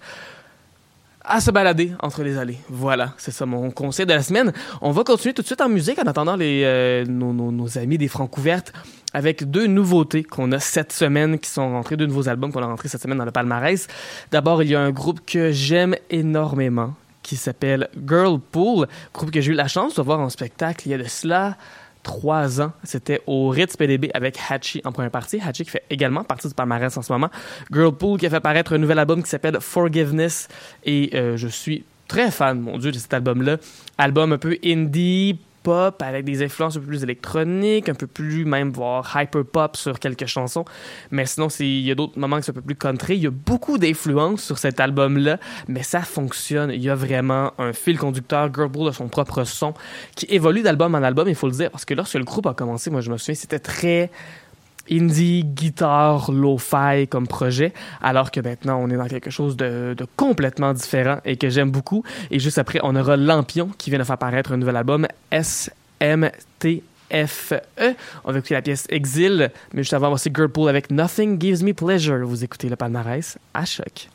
à se balader entre les allées. Voilà, c'est ça mon conseil de la semaine. On va continuer tout de suite en musique en attendant les, euh, nos, nos, nos amis des Francouvertes avec deux nouveautés qu'on a cette semaine qui sont rentrées, deux nouveaux albums qu'on a rentrés cette semaine dans le palmarès. D'abord, il y a un groupe que j'aime énormément qui s'appelle Girlpool, groupe que j'ai eu la chance de voir en spectacle il y a de cela trois ans. C'était au Ritz P D B avec Hatchie en première partie. Hatchie qui fait également partie du palmarès en ce moment. Girlpool qui a fait paraître un nouvel album qui s'appelle Forgiveness. Et euh, je suis très fan, mon Dieu, de cet album-là. Album un peu indie, pop, avec des influences un peu plus électroniques, un peu plus même, voire hyper-pop sur quelques chansons. Mais sinon, c'est, il y a d'autres moments qui sont un peu plus country. Il y a beaucoup d'influences sur cet album-là, mais ça fonctionne. Il y a vraiment un fil conducteur. Girlpool a son propre son qui évolue d'album en album, il faut le dire. Parce que lorsque le groupe a commencé, moi, je me souviens, c'était très indie, guitare, lo-fi comme projet, alors que maintenant, on est dans quelque chose de, de complètement différent et que j'aime beaucoup. Et juste après, on aura Lampion qui vient de faire paraître un nouvel album, S M T F E. On va écouter la pièce Exil, mais juste avant, voici Girlpool avec Nothing Gives Me Pleasure. Vous écoutez le palmarès à Choc.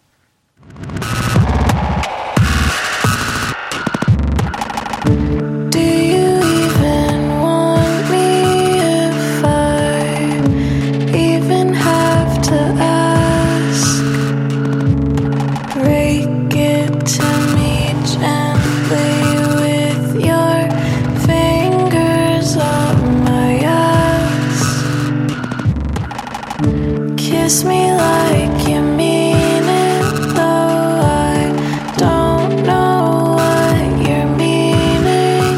Do you even want me if I even have to ask? Break it to me gently with your fingers on my ass. Kiss me like you mean it, though I don't know what you're meaning.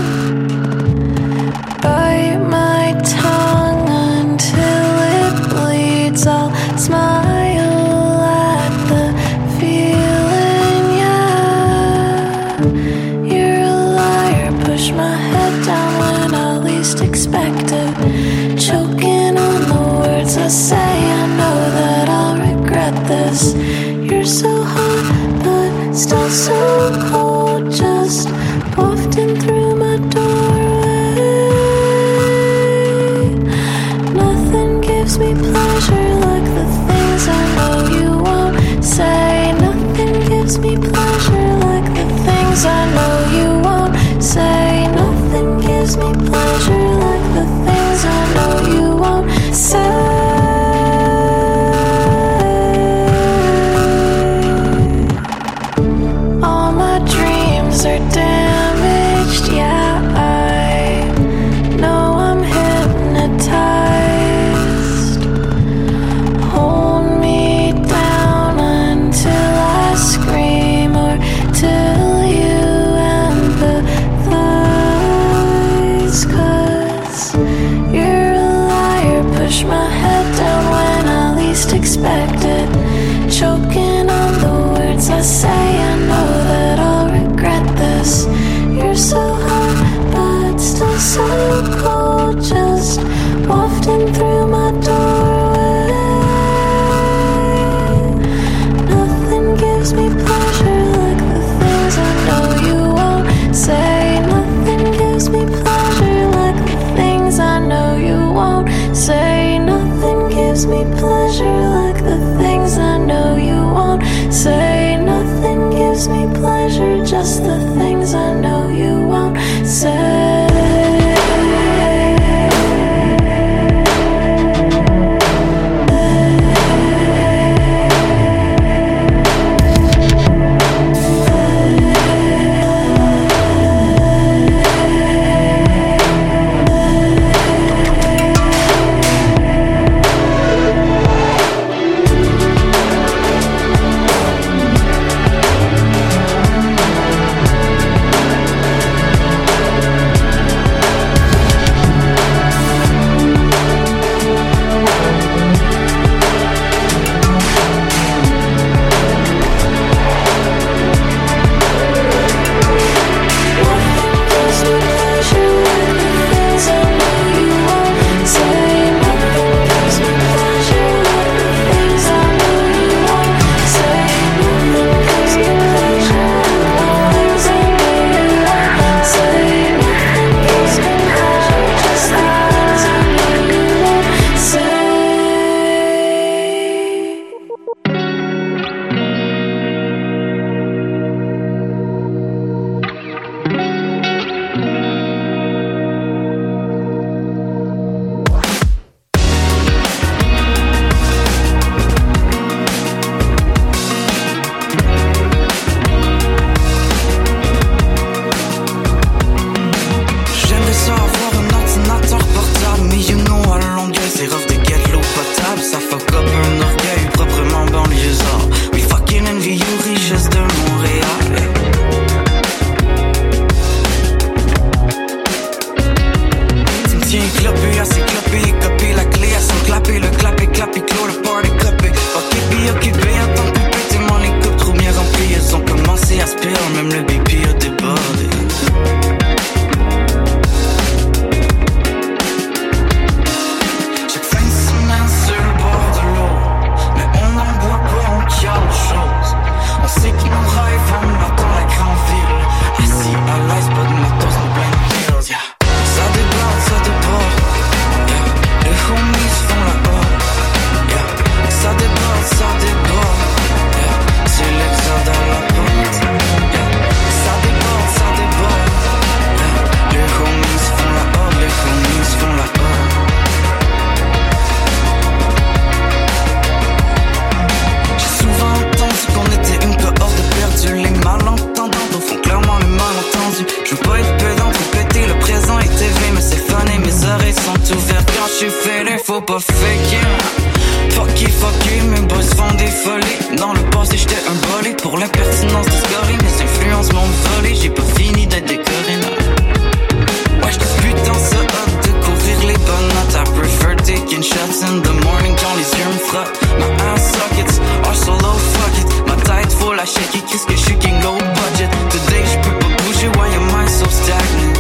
Bite my tongue until it bleeds. I'll smile at the feeling, yeah. You're a liar, push my head down when I least expect it. Choking on the words I say, I know that I'll regret this. You're so hot, but still so cold, just wafting through my doorway. Nothing gives me pleasure like the things I know you won't say. Nothing gives me pleasure like the things I know you won't say. Nothing gives me pleasure like the things I know you won't say. All my dreams are damaged, yeah, I know I'm hypnotized. Hold me down until I scream, or till you empathize. 'Cause you're a liar, push my head down when I least expect it. Choking on the words I say, I know that I'll regret this. You're so hot, but still so cold, just wafting through my doorway. Nothing gives me pleasure like the things I know you won't say. Nothing gives me pleasure like the things I know you won't say. Nothing gives me pleasure like the things I know you won't say. Nothing gives me pleasure, just the things I know you won't say. fêler, faut pas faker. Fuck it, fuck it, mes boys font des folies. Dans le passé j'étais un bolé pour l'impertinence de Scully. Mes influences m'ont volé, j'ai pas fini d'être décoré, non. Ouais, j't'ai putain ça hâte de courir les bonnes notes. I prefer taking shots in the morning quand les yeux me frottent. My eye sockets are so low, fuck it. Ma tête faut la shaker, qu'est-ce que j'suis king low budget. Today j'peux pas bouger, why am I so stagnant?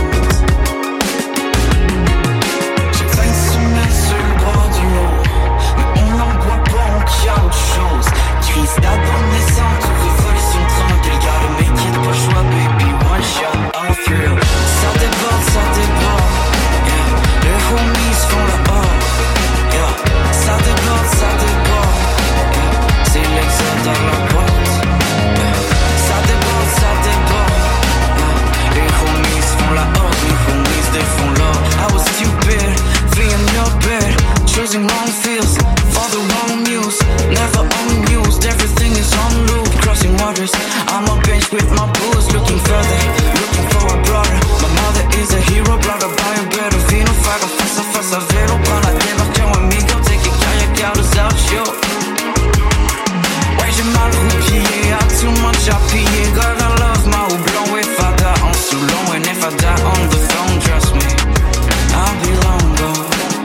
J'ai failli se mettre sur le bord du haut, mais on n'en voit pas, on qu'il y a autre chose. Crise d'adolescente ou révolution tranquille, gotta make it, pas choix baby, one shot, all through. Ça déborde, ça déborde, yeah. Les homies font la horde, yeah. Ça déborde, ça déborde, yeah. C'est l'exode à la porte, yeah. Ça déborde, ça déborde, yeah. Les homies font la horde, les homies défont l'ordre. I was stupid, fleeing your bed, choosing wrong fields for the wrong news. Never unused, everything is on loop. Crossing waters, I'm on bench with my bulls, looking further, looking for a brother. My mother is a hero, brother by a better vino. Fago face a face a vélo, prends la débarque un amigo, take a kayak out of South Shore. Ouais, j'ai mal roupillé, I too much à piller. God, I love my houblon, if I die on Soulon, and if I die on the phone, trust me, I'll be long gone.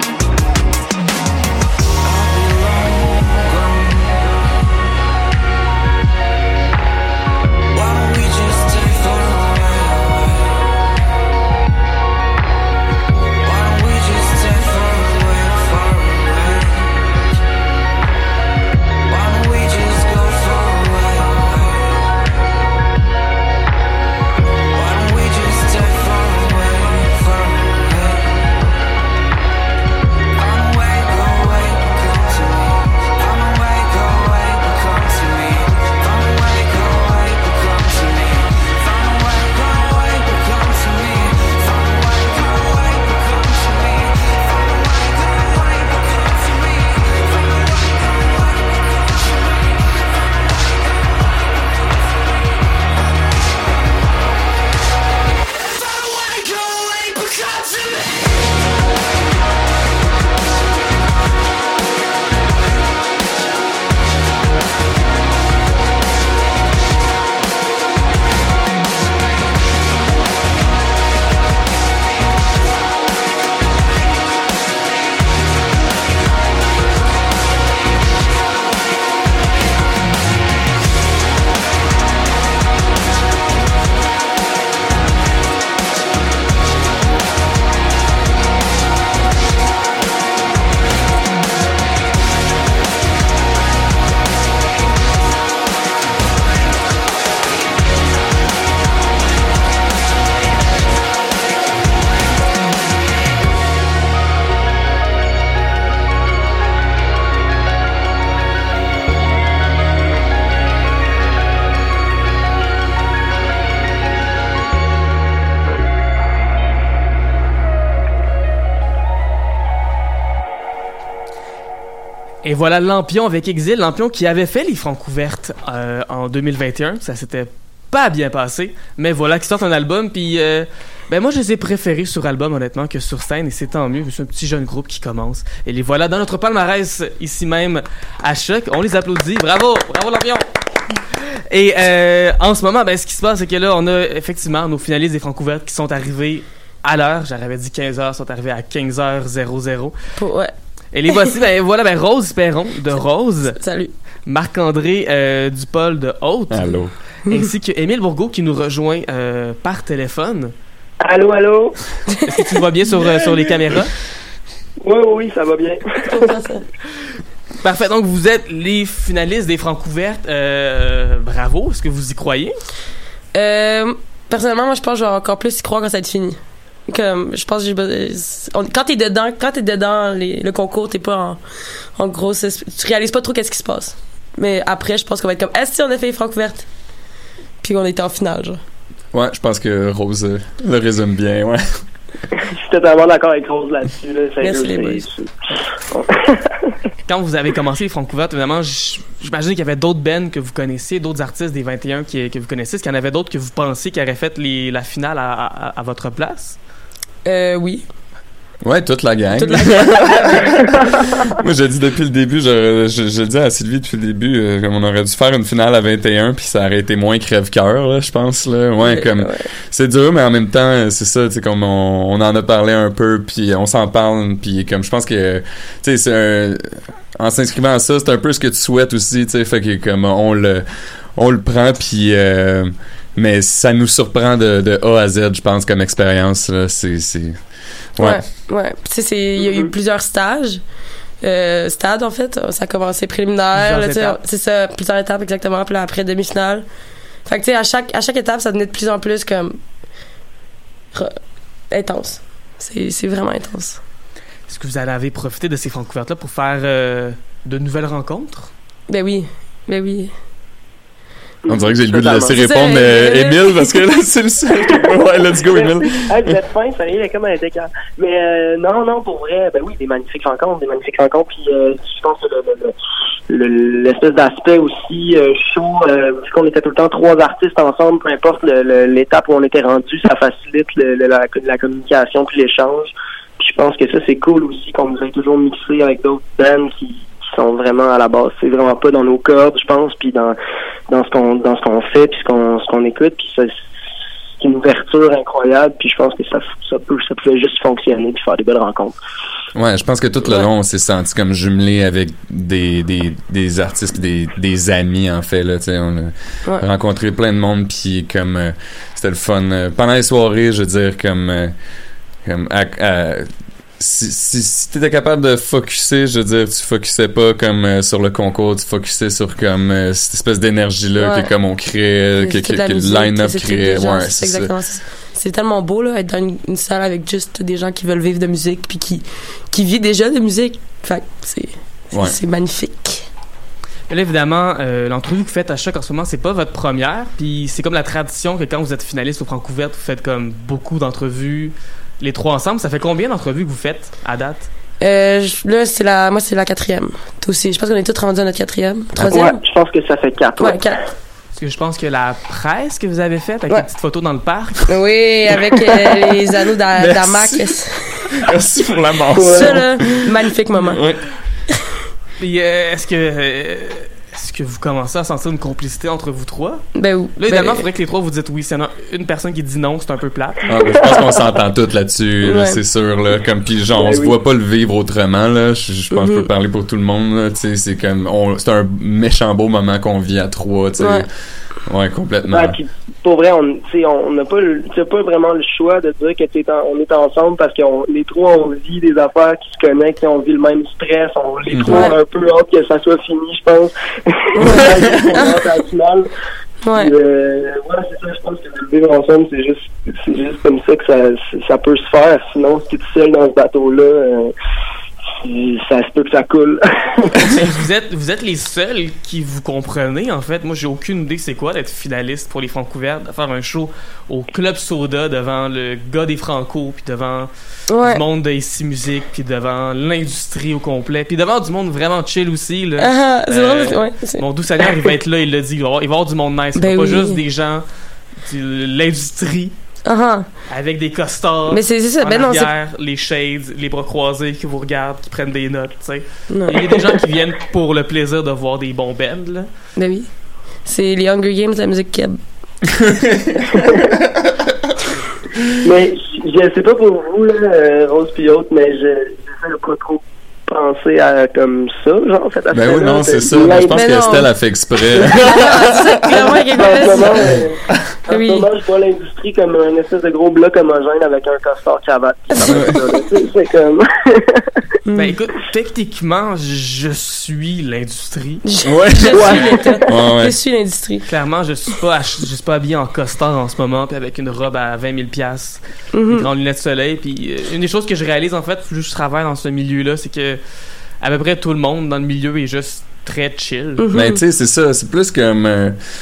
Et voilà Lampion avec Exil. Lampion qui avait fait les Francouvertes euh, en deux mille vingt et un. Ça s'était pas bien passé. Mais voilà, qui sort un album. Puis, euh, ben moi, je les ai préférés sur album, honnêtement, que sur scène. Et c'est tant mieux. C'est un petit jeune groupe qui commence. Et les voilà dans notre palmarès, ici même, à Choc. On les applaudit. Bravo! Bravo, Lampion! Et euh, en ce moment, ben, ce qui se passe, c'est que là, on a effectivement nos finalistes des Francouvertes qui sont arrivés à l'heure. J'avais dit quinze heures, sont arrivés à quinze heures zéro. Ouais. Et les voici, ben voilà, ben Rose Perron de Rose. Salut. Marc-André euh, Dupol de Haute. Allô. Ainsi que Émile Bourgault qui nous rejoint euh, par téléphone. Allô, allô. Est-ce que tu me vois bien sur, euh, sur les caméras? Oui, oui, ça va bien. Parfait, donc vous êtes les finalistes des Francouvertes. Euh, bravo, est-ce que vous y croyez? Euh, personnellement, moi je pense que je vais encore plus y croire quand ça va être fini. Comme, je pense que j'ai besoin- on- quand t'es dedans, quand t'es dedans les, le concours, t'es pas en, en gros, c'est- tu réalises pas trop qu'est-ce qui se passe. Mais après, je pense qu'on va être comme, est-ce qu'on a fait les Francouvertes? Puis on était en finale, genre. Ouais, je pense que Rose euh, le résume bien, ouais. Je suis totalement d'accord avec Rose là-dessus. Là. Ça Merci, veut- les c'est- Quand vous avez commencé les Francouvertes, évidemment, j- j'imagine qu'il y avait d'autres bands que vous connaissiez, d'autres artistes des vingt et un qui, que vous connaissiez. Est-ce qu'il y en avait d'autres que vous pensiez qui auraient fait les, la finale à, à, à votre place? Euh, oui. Ouais, toute la gang. Toute la gang. Moi, j'ai dit depuis le début, je, je, je dis à Sylvie depuis le début, euh, comme on aurait dû faire une finale à vingt et un, puis ça aurait été moins crève-cœur, là, je pense, là. Ouais, Ouais, comme, ouais. c'est dur, mais en même temps, c'est ça, tu sais, comme on, on en a parlé un peu, puis on s'en parle, puis comme je pense que, tu sais, c'est un, en s'inscrivant à ça, c'est un peu ce que tu souhaites aussi, tu sais, fait que comme on le, on le prend, puis euh, mais ça nous surprend de, de A à Z, je pense, comme expérience, là, c'est, c'est, ouais. Ouais, ouais. Puis, tu sais, c'est- il y a eu plusieurs stages. Euh, stades, en fait. Ça a commencé préliminaire. Plusieurs là, tu sais, étapes. c'est ça, plusieurs étapes, exactement. Puis là, après, demi-finale. Fait que, tu sais, à chaque, à chaque étape, ça devenait de plus en plus comme. re- intense. C'est, c'est vraiment intense. Est-ce que vous avez profité de ces Francouvertes-là pour faire euh, de nouvelles rencontres? Ben oui. Ben oui. On dirait que j'ai le goût de laisser C'est ça, répondre euh, euh, Émile, parce que là, c'est le seul. Ouais, let's go, Émile. Hey, vous êtes fin, ça y est, comme un décalage. Mais euh, non, non, pour vrai, ben oui, des magnifiques rencontres, des magnifiques rencontres. Puis euh, je pense que le, le, le, le- l'espèce d'aspect aussi euh, chaud, euh, vu qu'on était tout le temps trois artistes ensemble, peu importe le, le- l'étape où on était rendu, ça facilite le, le- la, la communication puis l'échange. Puis je pense que ça, c'est cool aussi qu'on nous ait toujours mixé avec d'autres bands qui, qui sont vraiment à la base. C'est vraiment pas dans nos cordes, je pense, puis dans dans ce qu'on dans ce qu'on fait, puis ce qu'on ce qu'on écoute, puis ça, c'est une ouverture incroyable, puis je pense que ça ça peut ça pouvait juste fonctionner puis faire des belles rencontres. Ouais, je pense que tout le Ouais. long, on s'est senti comme jumelé avec des, des, des artistes, des, des amis, en fait, là, tu sais, on a Ouais. rencontré plein de monde, puis comme, euh, c'était le fun. Euh, pendant les soirées, je veux dire, comme, euh, comme, à, à- si, si, si t'étais capable de focusser, je veux dire, tu focusais pas comme euh, sur le concours, tu focusais sur comme euh, cette espèce d'énergie-là Ouais. que comme on crée, que, C'est que, toute la que le musique, line-up c'est tout crée. des gens, Ouais, c'est c'est ça. exactement ça. C'est tellement beau là être dans une, une salle avec juste des gens qui veulent vivre de musique puis qui qui vivent déjà de musique. Fait que c'est c'est, Ouais. c'est magnifique. Mais là, évidemment, euh, l'entrevue que vous faites à Choc en ce moment, c'est pas votre première. Puis c'est comme la tradition que quand vous êtes finaliste au Francouverte, vous faites comme beaucoup d'entrevues, les trois ensemble. Ça fait combien d'entrevues que vous faites à date? Euh, je- là c'est la moi c'est la quatrième. Toi aussi, je pense qu'on est tous rendus à notre quatrième, troisième. Ouais, je pense que ça fait quatre. Ouais, quatre. Parce que je pense que la presse que vous avez faite avec Ouais. les petites photos dans le parc, Oui, avec euh, les anneaux d'a- Merci. d'Amac. Merci pour la mention. Ça là, magnifique moment. Ouais. puis euh, est-ce que euh, est-ce que vous commencez à sentir une complicité entre vous trois? Ben oui. Là, évidemment, il Ben, faudrait que les trois vous dites oui. S'il y en a une personne qui dit non, c'est un peu plate. Ah, ben, je pense qu'on s'entend toutes là-dessus, là, Ouais. c'est sûr, là. Comme, pis genre, on Ben se oui. voit pas le vivre autrement, là. Je, je pense que je Mhm. peux parler pour tout le monde, là. Tu sais, c'est comme, on, c'est un méchant beau moment qu'on vit à trois, tu sais. Ouais. Ouais, complètement. Ouais, puis pour vrai, on tu sais, on n'a pas le- t'as pas vraiment le choix de dire que t'es en- on est ensemble parce que les trois on vit des affaires qui se connectent, on vit le même stress, on les Mhm. trois on a un peu hâte que ça soit fini, je pense. On rentre à la finale. Ouais. Puis, euh, ouais, c'est ça, je pense que de le vivre ensemble, c'est juste c'est juste comme ça que ça, ça peut se faire. Sinon, si t'es tout seul dans ce bateau-là, euh, ça se peut que ça coule. vous êtes vous êtes les seuls qui vous comprenez, en fait. Moi, j'ai aucune idée c'est quoi d'être finaliste pour les Francouvertes, de faire un show au Club Soda devant le gars des Franco, puis devant Ouais. du monde de Ici Musique, puis devant l'industrie au complet, puis devant du monde vraiment chill aussi, là. Ah, c'est Euh, drôle, ouais, c'est- Mon doux Seigneur, il va être là, il l'a dit. Il va y avoir, il va y avoir du monde nice. C'est Ben pas oui. juste des gens de l'industrie Ah, avec des costards. mais c'est c'est ça. en Ben non, c'est arrière, les shades, les bras croisés qui vous regardent, qui prennent des notes, tu sais. non. Il y a des gens qui viennent pour le plaisir de voir des bons bands, là. Ben oui. C'est les Hunger Games de la musique keb. Mais je sais pas pour vous, là, euh, Rose pis autres, mais je j'essaie de pas trop penser à comme ça, genre, cette Ben oui, non, c'est ça. Là, Je pense Mais que non. Estelle a fait exprès. C'est ça, clairement, quelque En ce moment, chose. euh, en Oui. ce moment, je vois l'industrie comme un espèce de gros bloc homogène avec un costard cravate. C'est c'est comme... Hmm. Ben écoute, techniquement, je suis l'industrie. Je, Ouais. je suis Ouais. l'État. Ouais, ouais. Je suis l'industrie. Clairement, je suis pas ach- je suis pas habillé en costard en ce moment, puis avec une robe à vingt mille piastres, des Mhm. grandes lunettes de soleil. Puis euh, une des choses que je réalise en fait, plus je travaille dans ce milieu-là, c'est que à peu près tout le monde dans le milieu est juste très chill. Mhm. Mais tu sais, c'est ça. C'est plus comme. euh,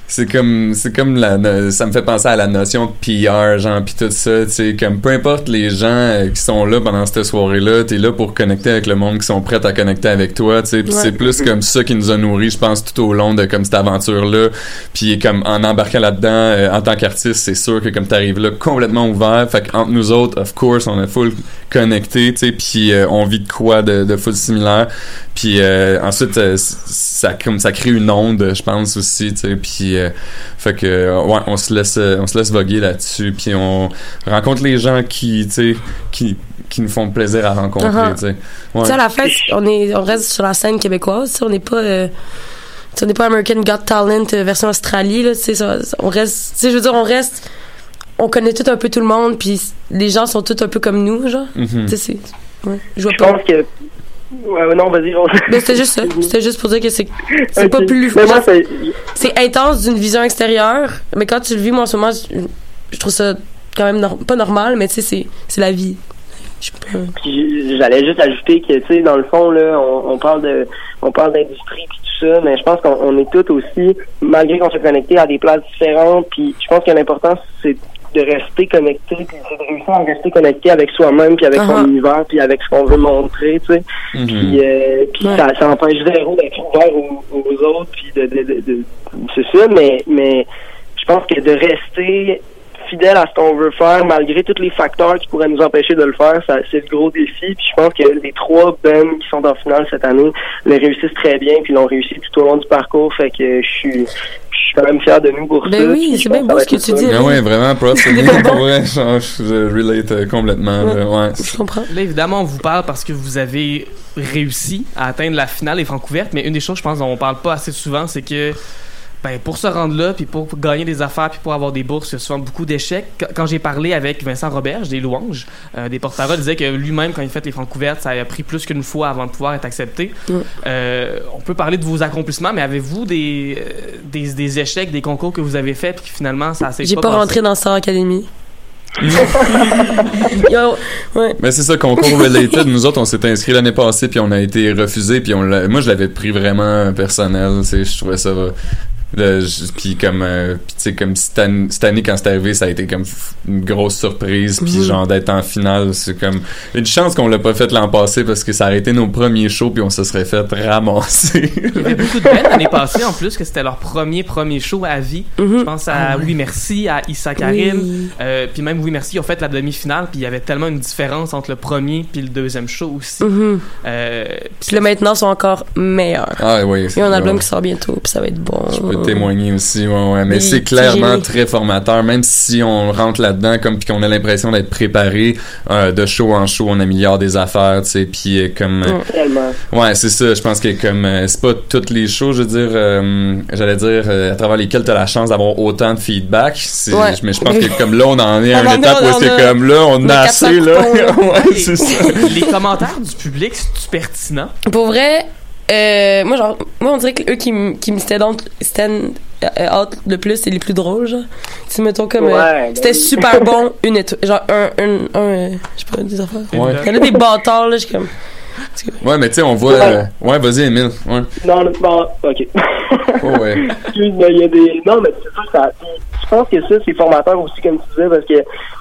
c'est comme c'est comme la no- ça me fait penser à la notion de P R, genre, pis tout ça, tu sais, comme peu importe les gens euh, qui sont là pendant cette soirée-là, t'es là pour connecter avec le monde qui sont prêts à connecter avec toi, tu sais, pis Ouais. c'est plus comme ça qui nous a nourris, je pense, tout au long de comme cette aventure-là, puis comme en embarquant là-dedans euh, en tant qu'artiste, c'est sûr que comme t'arrives là complètement ouvert, fait qu'entre nous autres, of course, on est full connectés, tu sais, puis euh, on vit de quoi de, de full similaire, puis euh, ensuite euh, ça comme ça crée une onde, je pense aussi, tu sais, puis euh, fait que euh, ouais, on se laisse euh, on se laisse voguer là-dessus, puis on rencontre les gens qui, tu sais, qui qui nous font plaisir à rencontrer, Uh-huh. tu sais. Ouais. Tu sais, à la fin, on, est, on reste sur la scène québécoise, tu sais, on n'est pas... euh, tu sais, on n'est pas American Got Talent euh, version Australie, là, tu sais, ça- ça- on reste... Tu sais, je veux dire, on reste... On connaît tout un peu tout le monde, puis les gens sont tous un peu comme nous, genre. Mhm. Tu sais, c'est... Ouais, je vois Je pas. pense que. Ouais, non, vas-y. on- Mais c'était juste ça. C'était juste pour dire que c'est c'est Ok. pas plus... Mais moi, c'est. C'est intense d'une vision extérieure, mais quand tu le vis, moi, en ce moment, je, je trouve ça quand même nor- pas normal, mais tu sais, c'est, c'est la vie. Je sais pas. Puis j'allais juste ajouter que, tu sais, dans le fond, là, on, on parle de, on parle d'industrie puis tout ça, mais je pense qu'on on est tous aussi, malgré qu'on soit connectés à des places différentes, puis je pense que l'important, c'est de rester connecté, puis c'est de réussir à rester connecté avec soi-même, puis avec Uh-huh. son univers, puis avec ce qu'on veut montrer, tu sais. Mhm. Puis, euh, puis Ouais. ça, ça empêche zéro d'être ouvert aux, aux autres, puis de, de, de, de- c'est ça, mais, mais je pense que de rester fidèle à ce qu'on veut faire, malgré tous les facteurs qui pourraient nous empêcher de le faire, ça, c'est le gros défi. Puis je pense que les trois bands qui sont en finale cette année le réussissent très bien, puis l'ont réussi tout au long du parcours. Fait que je suis, je suis quand même fier de nous pour Ben ça. oui, Puis c'est je bien pense beau que ce que ça tu va dis. être Ah ouais, vraiment, props, c'est Des bien, bonbons. pour vrai, genre, je, je relate euh, complètement, Ouais. là, ouais. Je comprends. Là, évidemment, on vous parle parce que vous avez réussi à atteindre la finale des Francouvertes, mais une des choses, je pense, dont on parle pas assez souvent, c'est que ben, pour se rendre là, puis pour gagner des affaires, puis pour avoir des bourses, il y a souvent beaucoup d'échecs. Qu- Quand j'ai parlé avec Vincent Roberge des Louanges, euh, des porte-paroles, il disait que lui-même, quand il fait les Francouvertes, ça a pris plus qu'une fois avant de pouvoir être accepté. Mm. Euh, on peut parler de vos accomplissements, mais avez-vous des, euh, des, des échecs, des concours que vous avez faits, puis que finalement, ça s'est J'ai pas pas passé? rentré dans Star Academy. Yo, ouais. Mais c'est ça, concours related, nous autres, on s'était inscrits l'année passée, puis on a été refusés, puis on l'a- moi, je l'avais pris vraiment personnel, tu sais, je trouvais ça... Là, je- puis comme euh, puis tu sais comme cette année, cette année quand c'est arrivé, ça a été comme f- une grosse surprise, puis Mhm. genre d'être en finale, c'est comme une chance qu'on l'a pas fait l'an passé parce que ça aurait été nos premiers shows puis on se serait fait ramasser. Il y avait beaucoup de bands l'année passée, en plus, que c'était leur premier, premier show à vie. Mhm. Je pense à Oui Merci, à Issa Karim, Oui. euh, puis même Oui Merci, ils ont fait la demi-finale, puis il y avait tellement une différence entre le premier puis le deuxième show aussi. Mhm. Euh, Puis là, maintenant, ils sont encore meilleurs. Ah oui. Il y a un album ouais. qui sort bientôt, puis ça va être bon. Je peux témoigner aussi, ouais, ouais. Mais Oui, c'est clairement génie. très formateur, même si on rentre là-dedans, comme puis qu'on a l'impression d'être préparé euh, de show en show, on améliore des affaires, tu sais, puis euh, comme euh, Mm. Tellement. ouais, c'est ça. Je pense que comme euh, c'est pas toutes les shows, je veux dire, euh, j'allais dire euh, à travers lesquelles t'as la chance d'avoir autant de feedback. C'est- Ouais. Mais je pense que comme là, on en est à On en une est- étape où on c'est a- comme là, on on a a assez quatre là. cents coupons, là. Ouais, c'est ça. les commentaires du public, c'est pertinent. Pour vrai, euh, moi, genre, moi, on dirait que eux qui, m- qui me stand out, stand euh, out le plus, c'est les plus drôles, genre. Si, mettons, comme, euh, Ouais, ben c'était oui. super bon, une étoile, genre, un, un, un, euh, je sais pas, des affaires. Ouais. Il y en a des bâtards, là, je suis comme, Ouais, mais tu sais, on voit. euh, Ouais, vas-y, Émile. Ouais. Non, non, bon, ok. Oh, ouais. Excuse, mais il y a des. Non, mais c'est sûr, ça. Je pense que ça, c'est formateur aussi, comme tu disais, parce que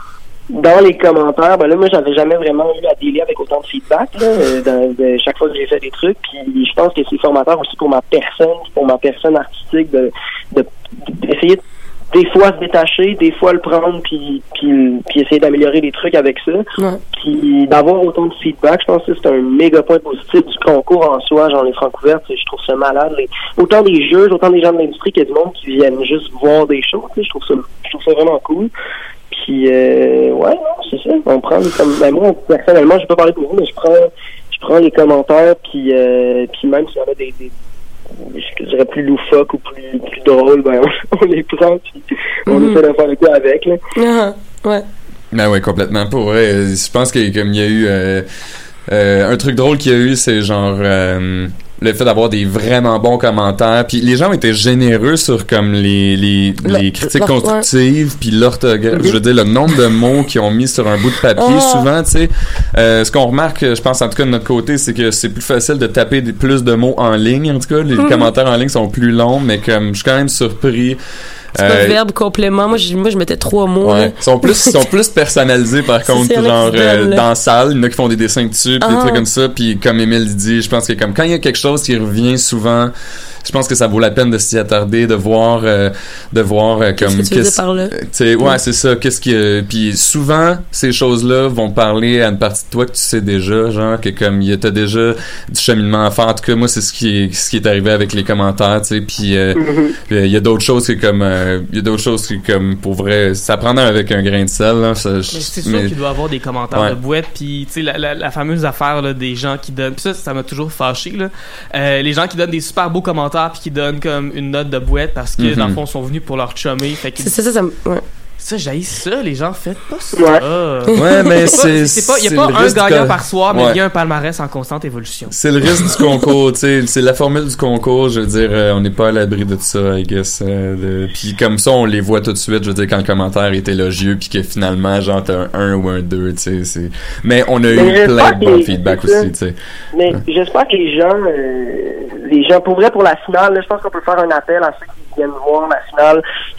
dans les commentaires, ben là, moi, j'avais jamais vraiment eu à dealer avec autant de feedback, là, euh, dans, de chaque fois que j'ai fait des trucs. Puis je pense que c'est formateur aussi pour ma personne, pour ma personne artistique, de, de, d'essayer de des fois se détacher, des fois le prendre, puis, puis, puis essayer d'améliorer les trucs avec ça. ouais. Puis d'avoir autant de feedback, je pense que c'est un méga point positif du concours en soi, genre les Francouvertes, je trouve ça malade. Les, autant des juges, autant des gens de l'industrie qu'il y a du monde qui viennent juste voir des shows, tu sais, je trouve ça, je trouve ça vraiment cool. Puis euh, ouais, non, c'est ça. On prend les comme ben moi, personnellement, je vais pas parler pour vous, mais je prends je prends les commentaires, puis euh, puis même s'il y en a des, des je dirais plus loufoques ou plus, plus drôles, ben on, on les prend, puis on Mhm. essaie de faire le coup avec, là. Ah, ouais. Ben ouais, complètement. Pour vrai, euh, je pense que comme il y a eu euh, euh, un truc drôle qu'il y a eu, c'est genre euh, le fait d'avoir des vraiment bons commentaires, puis les gens ont été généreux sur comme les les, Le- les critiques l'or- constructives, puis l'orthographe, Mhm. je veux dire le nombre de mots qu'ils ont mis sur un bout de papier, Ah. souvent, tu sais, euh, ce qu'on remarque, je pense en tout cas de notre côté, c'est que c'est plus facile de taper des, plus de mots en ligne, en tout cas, les Mhm. commentaires en ligne sont plus longs, mais comme je suis quand même surpris. C'est pas Euh, verbe, complément. Moi, je, moi, je mettais trois mots. Ouais. là. Ils sont plus, ils sont plus personnalisés par C'est contre, ça, il y en a genre qui se donnent, euh, là. dans la salle, il y en a qui font des dessins dessus, puis des Ah. trucs comme ça, puis comme Émile dit, je pense que comme quand il y a quelque chose qui revient souvent, je pense que ça vaut la peine de s'y attarder, de voir, euh, de voir euh, comme Qu'est-ce que tu veux dire par là? euh, tu sais, ouais, c'est ça. Qu'est-ce qui, euh, puis souvent ces choses-là vont parler à une partie de toi que tu sais déjà, genre que comme il y a t'as déjà du cheminement à faire. En tout cas, moi c'est ce qui est, ce qui est arrivé avec les commentaires, tu sais. Puis euh, puis, euh, il y a d'autres choses qui comme, euh, il y a d'autres choses qui comme pour vrai, ça prend avec un grain de sel. Là, ça, Mais c'est sûr mais- qu'il doit y avoir des commentaires Ouais. de boîte, puis tu sais la, la, la fameuse affaire là, des gens qui donnent, pis ça ça m'a toujours fâché là, euh, les gens qui donnent des super beaux commentaires puis qui donnent comme une note de boîte parce que Mhm. dans le fond ils sont venus pour leur chummer, fait que C'est ça, ça, ça me- ouais. ça j'haïs ça, les gens faites pas ça. Ouais. Ouais, mais C'est c'est pas, il y a c'est pas le un risque du gagnant co- par soir, mais il Ouais. y a un palmarès en constante évolution. C'est le risque du concours, tu sais, c'est la formule du concours, je veux dire, euh, on n'est pas à l'abri de ça, I guess. Euh, de... Puis comme ça, on les voit tout de suite, je veux dire, quand le commentaire est élogieux, puis que finalement, genre, t'as un un ou un deux, tu sais, c'est... Mais on a eu Mais plein j'espère de bons que- feedbacks c'est ça. aussi, tu sais. Mais j'espère que les gens, euh, les gens, pour vrai, pour la finale, là, je pense qu'on peut faire un appel à ceux qui viennent voir la finale.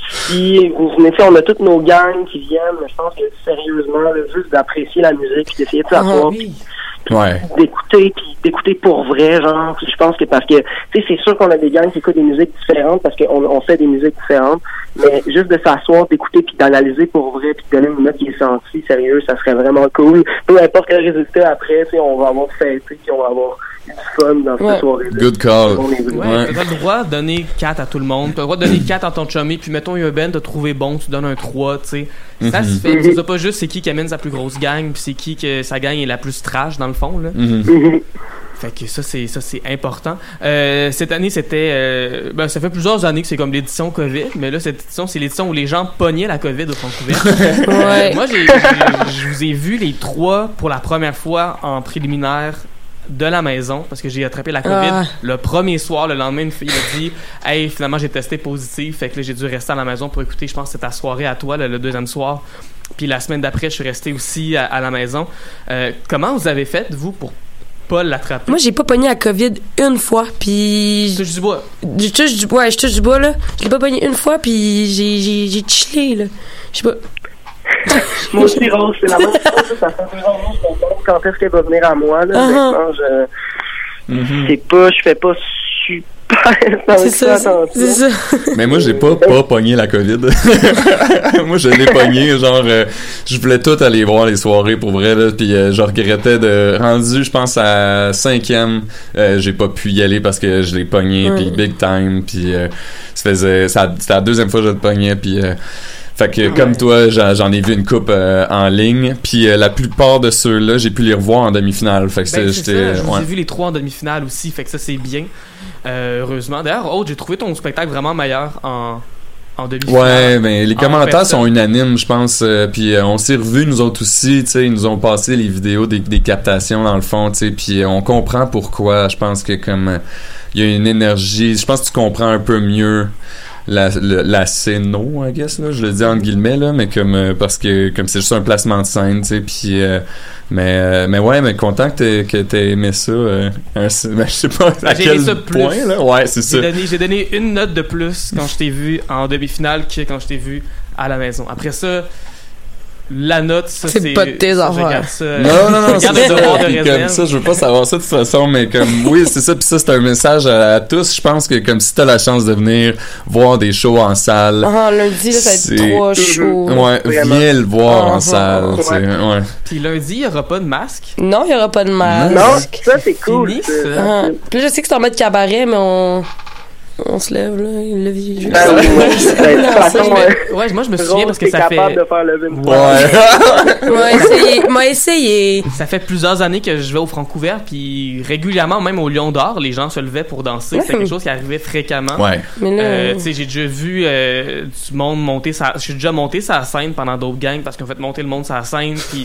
Si vous venez, tu sais, on a toutes nos gangs qui viennent, mais je pense que sérieusement, là, juste d'apprécier la musique, puis d'essayer de savoir, oui. Ouais. d'écouter, puis d'écouter pour vrai, genre, puis je pense que parce que, tu sais, c'est sûr qu'on a des gangs qui écoutent des musiques différentes parce qu'on on fait des musiques différentes, mais juste de s'asseoir, d'écouter, puis d'analyser pour vrai, puis de donner une note qui est sentie, sérieux, ça serait vraiment cool. Peu importe quel résultat après, tu sais, on va avoir fêté, puis on va avoir du fun dans cette Ouais. soirée. Good call. On est venu. Ouais, Ouais. t'as le droit de donner quatre à tout le monde. T'as le droit de donner quatre à ton chummy, puis mettons, il y a un Ben, t'as trouvé bon, tu donnes un trois, tu sais. Ça Mhm. se fait. Tu sais pas juste c'est qui qui amène sa plus grosse gang, puis c'est qui que sa gang est la plus trash, dans le fond, là. Mhm. Mhm. Fait que ça, c'est ça c'est important. Euh, cette année, c'était... Euh, ben, ça fait plusieurs années que c'est comme l'édition COVID, mais là, cette édition, c'est l'édition où les gens pognaient la COVID au Vancouver. Ouais. Moi, j'ai, j'ai- je vous ai vu les trois pour la première fois en préliminaire de la maison parce que j'ai attrapé la COVID Ah. le premier soir. Le lendemain, une fille m'a dit « Hey, finalement, j'ai testé positif. » Fait que là, j'ai dû rester à la maison pour écouter, je pense que c'était ta soirée à toi, le, le deuxième soir. Puis la semaine d'après, je suis resté aussi à, à la maison. Euh, comment vous avez fait, vous, pour pas l'attraper? Moi, j'ai pas pogné la COVID une fois, puis Je touche du bois. je touche du bois, ouais, je touche du bois, là. Je l'ai pas pogné une fois, puis j'ai, j'ai, j'ai chillé, là. Je sais pas. Moi aussi, Rose, c'est la même chose, ça fait deux ans que je me demande quand est-ce qu'elle va venir à moi, là. Uh-huh. Maintenant, je, Mhm. c'est pas, je fais pas super C'est ça, c'est, attention. c'est ça. Mais moi, j'ai pas pas pogné la COVID. Moi, je l'ai pogné, genre, euh, je voulais tout aller voir les soirées pour vrai, là, puis euh, je regrettais de... Rendu, je pense, à cinquième, euh, j'ai pas pu y aller parce que je l'ai pogné, Ouais. puis big time, puis euh, ça faisait... Ça, c'était la deuxième fois que je le pognais, puis... Euh, fait que, comme toi, j'en, j'en ai vu une coupe euh, en ligne, puis euh, la plupart de ceux-là, j'ai pu les revoir en demi-finale, fait que Ben, c'est- c'est j'étais... ça, je vous ouais. ai vu les trois en demi-finale aussi, fait que ça c'est bien. Euh, heureusement. D'ailleurs, Aude, j'ai trouvé ton spectacle vraiment meilleur en, en demi-finale. Ouais, ben les En commentaires personne. sont unanimes, je pense. euh, puis euh, on s'est revus nous autres aussi, tu sais, ils nous ont passé les vidéos des, des captations dans le fond, tu sais, puis euh, on comprend pourquoi. Je pense que comme euh, il y a une énergie, je pense que tu comprends un peu mieux la la, la scéno, I guess là, je le dis entre guillemets là, mais comme euh, parce que comme c'est juste un placement de scène, tu sais, puis euh, mais euh, mais ouais, mais content que t'aies que t'aies aimé ça. Euh, un- ben, je sais pas à J'ai quel aimé ça plus. point là. Ouais, c'est ça. J'ai donné, j'ai donné une note de plus quand je t'ai vu en demi-finale que quand je t'ai vu à la maison. Après ça, la note, ça C'est c'est... pas de tes ça, affaires. Je garde ça. Non, non, non, je c'est garde le ça. devoir de Puis réserve. comme ça, je veux pas savoir ça de toute façon, mais comme, oui, c'est ça, puis ça, c'est un message à, à tous. Je pense que comme si t'as la chance de venir voir des shows en salle, Ah, lundi, là, ça va C'est- être trop chaud. ouais, Vraiment. viens le voir en Ah, salle, ah, tu sais, ouais. Puis lundi, il y aura pas de masque. Non, il y aura pas de masque. Non, ça, c'est cool. Fini, ça. ça. Ah. Puis là, je sais que c'est en mode cabaret, mais on... On se lève, là. Il le vit. Ben oui, ouais, de toute Non, façon, ça, euh, Ouais, moi je me Rose, souviens parce que t'es ça capable fait... de faire lever une Ouais. M'a essayé. M'a essayé. Ça fait plusieurs années que je vais au Francouvert, puis régulièrement, même au Lion d'Or, les gens se levaient pour danser. C'était quelque chose qui arrivait fréquemment. Ouais. Mais là... Euh, tu sais, j'ai déjà vu euh, du monde monter sa... Je suis déjà monté sa scène pendant d'autres gangs parce qu'on fait monter le monde sa scène, puis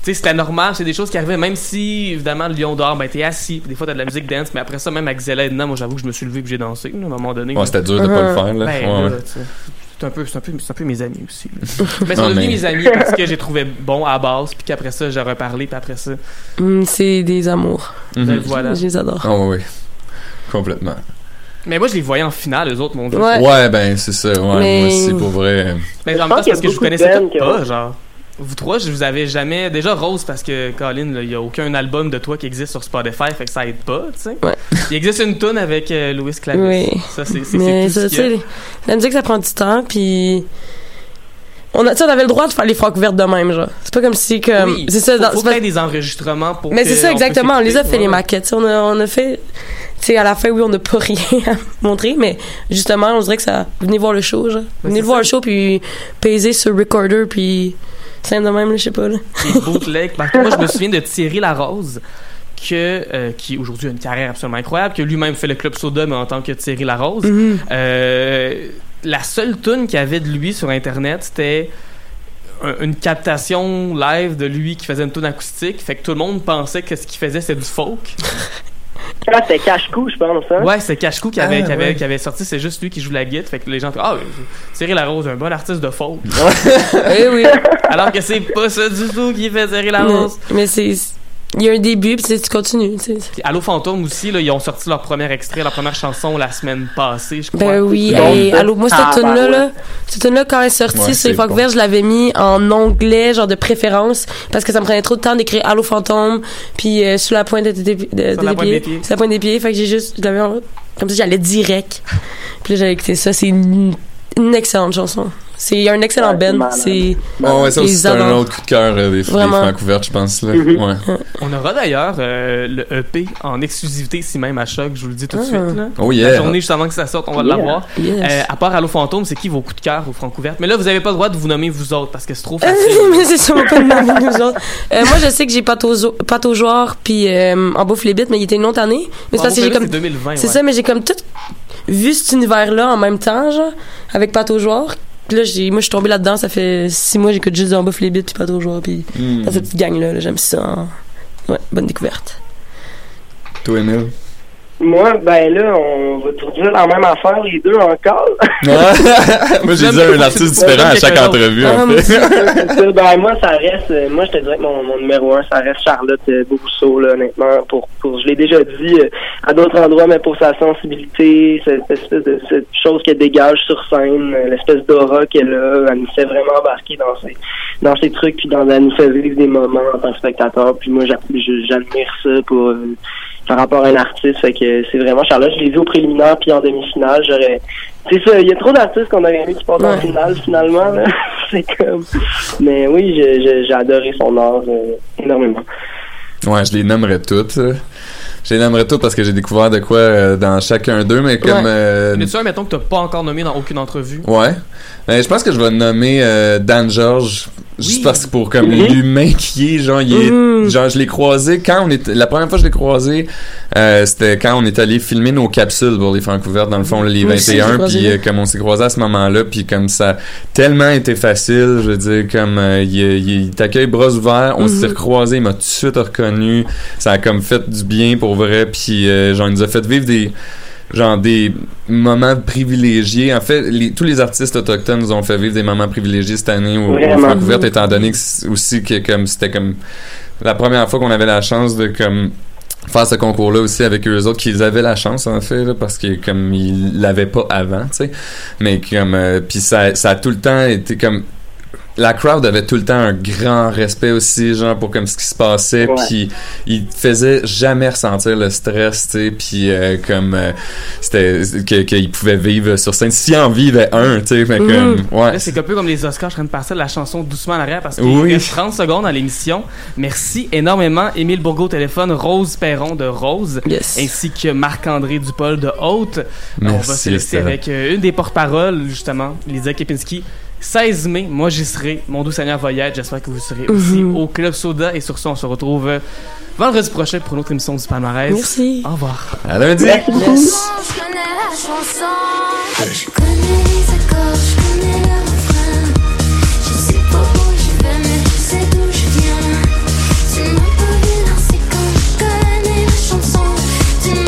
sais, c'était normal, c'est des choses qui arrivaient, même si, évidemment, le lion d'or, ben, t'es assis, puis des fois, t'as de la musique dance, mais après ça, même avec Zella et Edna, moi, j'avoue que je me suis levé et j'ai dansé, là, à un moment donné. Ouais, c'était dur de pas le faire, là. Ben, ouais, là, ouais. tu sais, c'est un peu, c'est un peu, c'est un peu mes amis aussi. là. Mais ils sont devenus mes amis parce que j'ai trouvé bon à la base, puis qu'après ça, j'ai reparlé, puis après ça, Mm, c'est des amours. Mhm. ben, voilà. Je les adore. Ah, ouais, oui. Complètement. Mais moi, je les voyais en finale, eux autres, mon Dieu. Ouais. Ouais, ben, c'est ça. Ouais, Mais- moi aussi, pour vrai. Mais en Je même temps, pense c'est parce qu'il y que a je vous beaucoup de connaissais bands toutes qui pas, ont- genre. Vous trois, je vous avais jamais. Déjà, Rose, parce que Colin, il y a aucun album de toi qui existe sur Spotify, fait que ça aide pas, tu sais. Ouais. Il existe une tune avec euh, Louis Clavis. Oui. Ça, c'est c'est Mais c'est ça, tout tu ce qu'il y a. sais, la musique, ça prend du temps, puis on, a, tu sais, on avait le droit de faire les francs ouvertes de même, genre. C'est pas comme si, comme. Oui, c'est ça, faut, dans- faut c'est pas- qu'il y ait des enregistrements pour Mais que c'est ça, on puisse exactement. On les a écouter. fait, les Ouais, maquettes. Tu sais, On a, on a fait. Tu sais, à la fin, oui, on n'a pas rien à montrer, mais justement, on dirait que ça. Venez voir le show, genre. Mais Venez c'est voir ça. le show, puis peser sur recorder, puis. C'est de même, là, je sais pas, là. Les bootlegs. Par contre, moi, je me souviens de Thierry Larose, que, euh, qui aujourd'hui a une carrière absolument incroyable, que lui-même fait le Club Soda, mais en tant que Thierry Larose. Mhm. Euh, la seule tune qu'il y avait de lui sur Internet, c'était un- une captation live de lui qui faisait une tune acoustique. Fait que tout le monde pensait que ce qu'il faisait, c'était du folk. Ah, c'était Cache-Cou, je pense, hein? Ouais, c'est Cache-Cou qui avait, Ah, qui, avait, ouais. qui avait sorti, c'est juste lui qui joue la guitare. Fait que les gens font ah, Thierry Larose, un bon artiste de folk. Eh oui. Alors que c'est pas ça du tout qui fait Thierry mais, Larose. mais c'est. Il y a un début, puis tu sais, tu continues, tu sais. Puis Allo Fantôme aussi, là, ils ont sorti leur premier extrait, leur première chanson la semaine passée, je crois. Ben oui, Donc, hey, allô, moi, cette ah, tune-là, ben ouais. là, cette tune-là, quand elle est sortie Ouais, sur c'est les Francs bon. Ouverts, je l'avais mis en onglet, genre de préférence, parce que ça me prenait trop de temps d'écrire Allô Fantôme, puis euh, sous la pointe de, de, de, de- Sur la des pointe pieds. des pieds. Sur la pointe des pieds, fait que j'ai juste, je l'avais en- comme ça, j'allais direct. Puis là, j'avais écouté ça, c'est une, une excellente chanson. C'est un excellent Ouais, c'est band, malade. c'est... Oh, ouais, ça Les aussi, c'est un adore. autre coup de cœur euh, des, des Vraiment. francs ouvertes, je pense. Là. Mhm. Ouais. On aura d'ailleurs euh, le E P en exclusivité ici même à Choc, je vous le dis tout de Ah. suite. Là. Oh La yeah. journée juste avant que ça sorte, on va Yeah. l'avoir. Yes. Euh, à part Allo Fantôme, c'est qui vos coups de cœur aux Francouvertes? Mais là, vous avez pas le droit de vous nommer vous autres parce que c'est trop facile. mais c'est sûrement pas le nom de nous autres. Euh, moi, je sais que j'ai Pâte aux, Pâte aux joueurs, puis euh, En bouffe les bites, mais il était une autre année. Mais c'est parce que j'ai comme... C'est deux mille vingt, C'est ouais. ça, mais j'ai comme tout vu cet univers-là en même temps, genre, avec Pâte aux joueurs. Puis là, j'ai, moi, je suis tombée là-dedans, ça fait six mois, j'écoute juste En bouffe les bites, puis Pâte aux joueurs, puis Hmm. dans cette petite gang-là, là, j'aime ça. Ouais, bonne découverte. Toi, Emile. Moi, ben là, on va tout dire la même affaire, les deux encore. Moi, j'ai dit un artiste différent à chaque entrevue. Ah, en mon fait. Dieu. C'est ça. Ben moi, ça reste, euh, moi je te dirais que mon, mon numéro un, ça reste Charlotte euh, Bourseau, là, honnêtement. Pour, pour, je l'ai déjà dit euh, à d'autres endroits, mais pour sa sensibilité, cette espèce de cette chose qu'elle dégage sur scène, euh, l'espèce d'aura qu'elle a, elle nous fait vraiment embarquer dans ses, dans ses trucs, puis dans, elle nous fait vivre des moments en tant que spectateur. Puis moi, j'a- je- j'admire ça pour euh, par rapport à un artiste. Fait que c'est vraiment Charlotte. Je l'ai vu au préliminaire puis en demi-finale. J'aurais, c'est ça. Il y a trop d'artistes qu'on aurait aimé qui passent en Ouais. finale finalement. Là. c'est comme. Mais oui, je- je- j'ai adoré son art euh, énormément. Ouais, je les nommerais toutes. euh. Je les nommerais toutes parce que j'ai découvert de quoi euh, dans chacun d'eux, mais comme... Ouais. euh, Mais tu vois, mettons que t'as pas encore nommé dans aucune entrevue. Ouais. Ben, je pense que je vais nommer euh, Dan George juste Oui. parce que pour comme Mhm. l'humain qui est, genre, il est, Mhm. genre, je l'ai croisé quand on était, la première fois que je l'ai croisé, euh, c'était quand on est allé filmer nos capsules pour les Francouvertes, dans le fond, là, les Moi aussi, vingt et un, j'ai croisé puis là. euh, comme on s'est croisé à ce moment-là, puis comme ça a tellement été facile, je veux dire, comme, euh, il, il t'accueille bras ouverts, on Mhm. s'est recroisé, il m'a tout de suite reconnu, ça a comme fait du bien pour vrai, puis euh, genre, il nous a fait vivre des, genre des moments privilégiés. En fait, les, tous les artistes autochtones nous ont fait vivre des moments privilégiés cette année au, au Vraiment. Francouvertes, étant donné que c'est aussi que comme c'était comme la première fois qu'on avait la chance de comme faire ce concours-là aussi avec eux autres, qu'ils avaient la chance en fait là, parce que comme ils l'avaient pas avant, tu sais. Mais comme euh, puis ça, ça a tout le temps été comme la crowd avait tout le temps un grand respect aussi, genre, pour comme ce qui se passait, Ouais. puis il faisait jamais ressentir le stress, tu sais, puis euh, comme euh, c'était que qu'il pouvait vivre sur scène, s'il en vivait un, tu sais, fait Mhm. comme ouais. Là, c'est un peu comme les Oscars, je suis en train de passer la chanson doucement en arrière parce qu'il Oui. reste trente secondes dans l'émission. Merci énormément, Émile Bourgault au téléphone, Rose Perron de Rose, Yes. ainsi que Marc-André Dupol de Haute. On va Merci, se laisser Estelle. avec euh, une des porte-paroles, justement, Lydia Kepinski. seize mai, moi j'y serai. Mon doux Seigneur va y être. J'espère que vous serez aussi Mhm. au Club Soda. Et sur ce, on se retrouve euh, vendredi prochain pour une autre émission du Palmarès. Merci. Au revoir. À lundi. Merci beaucoup. Yes. Je connais la chanson. Je connais les accords, je connais la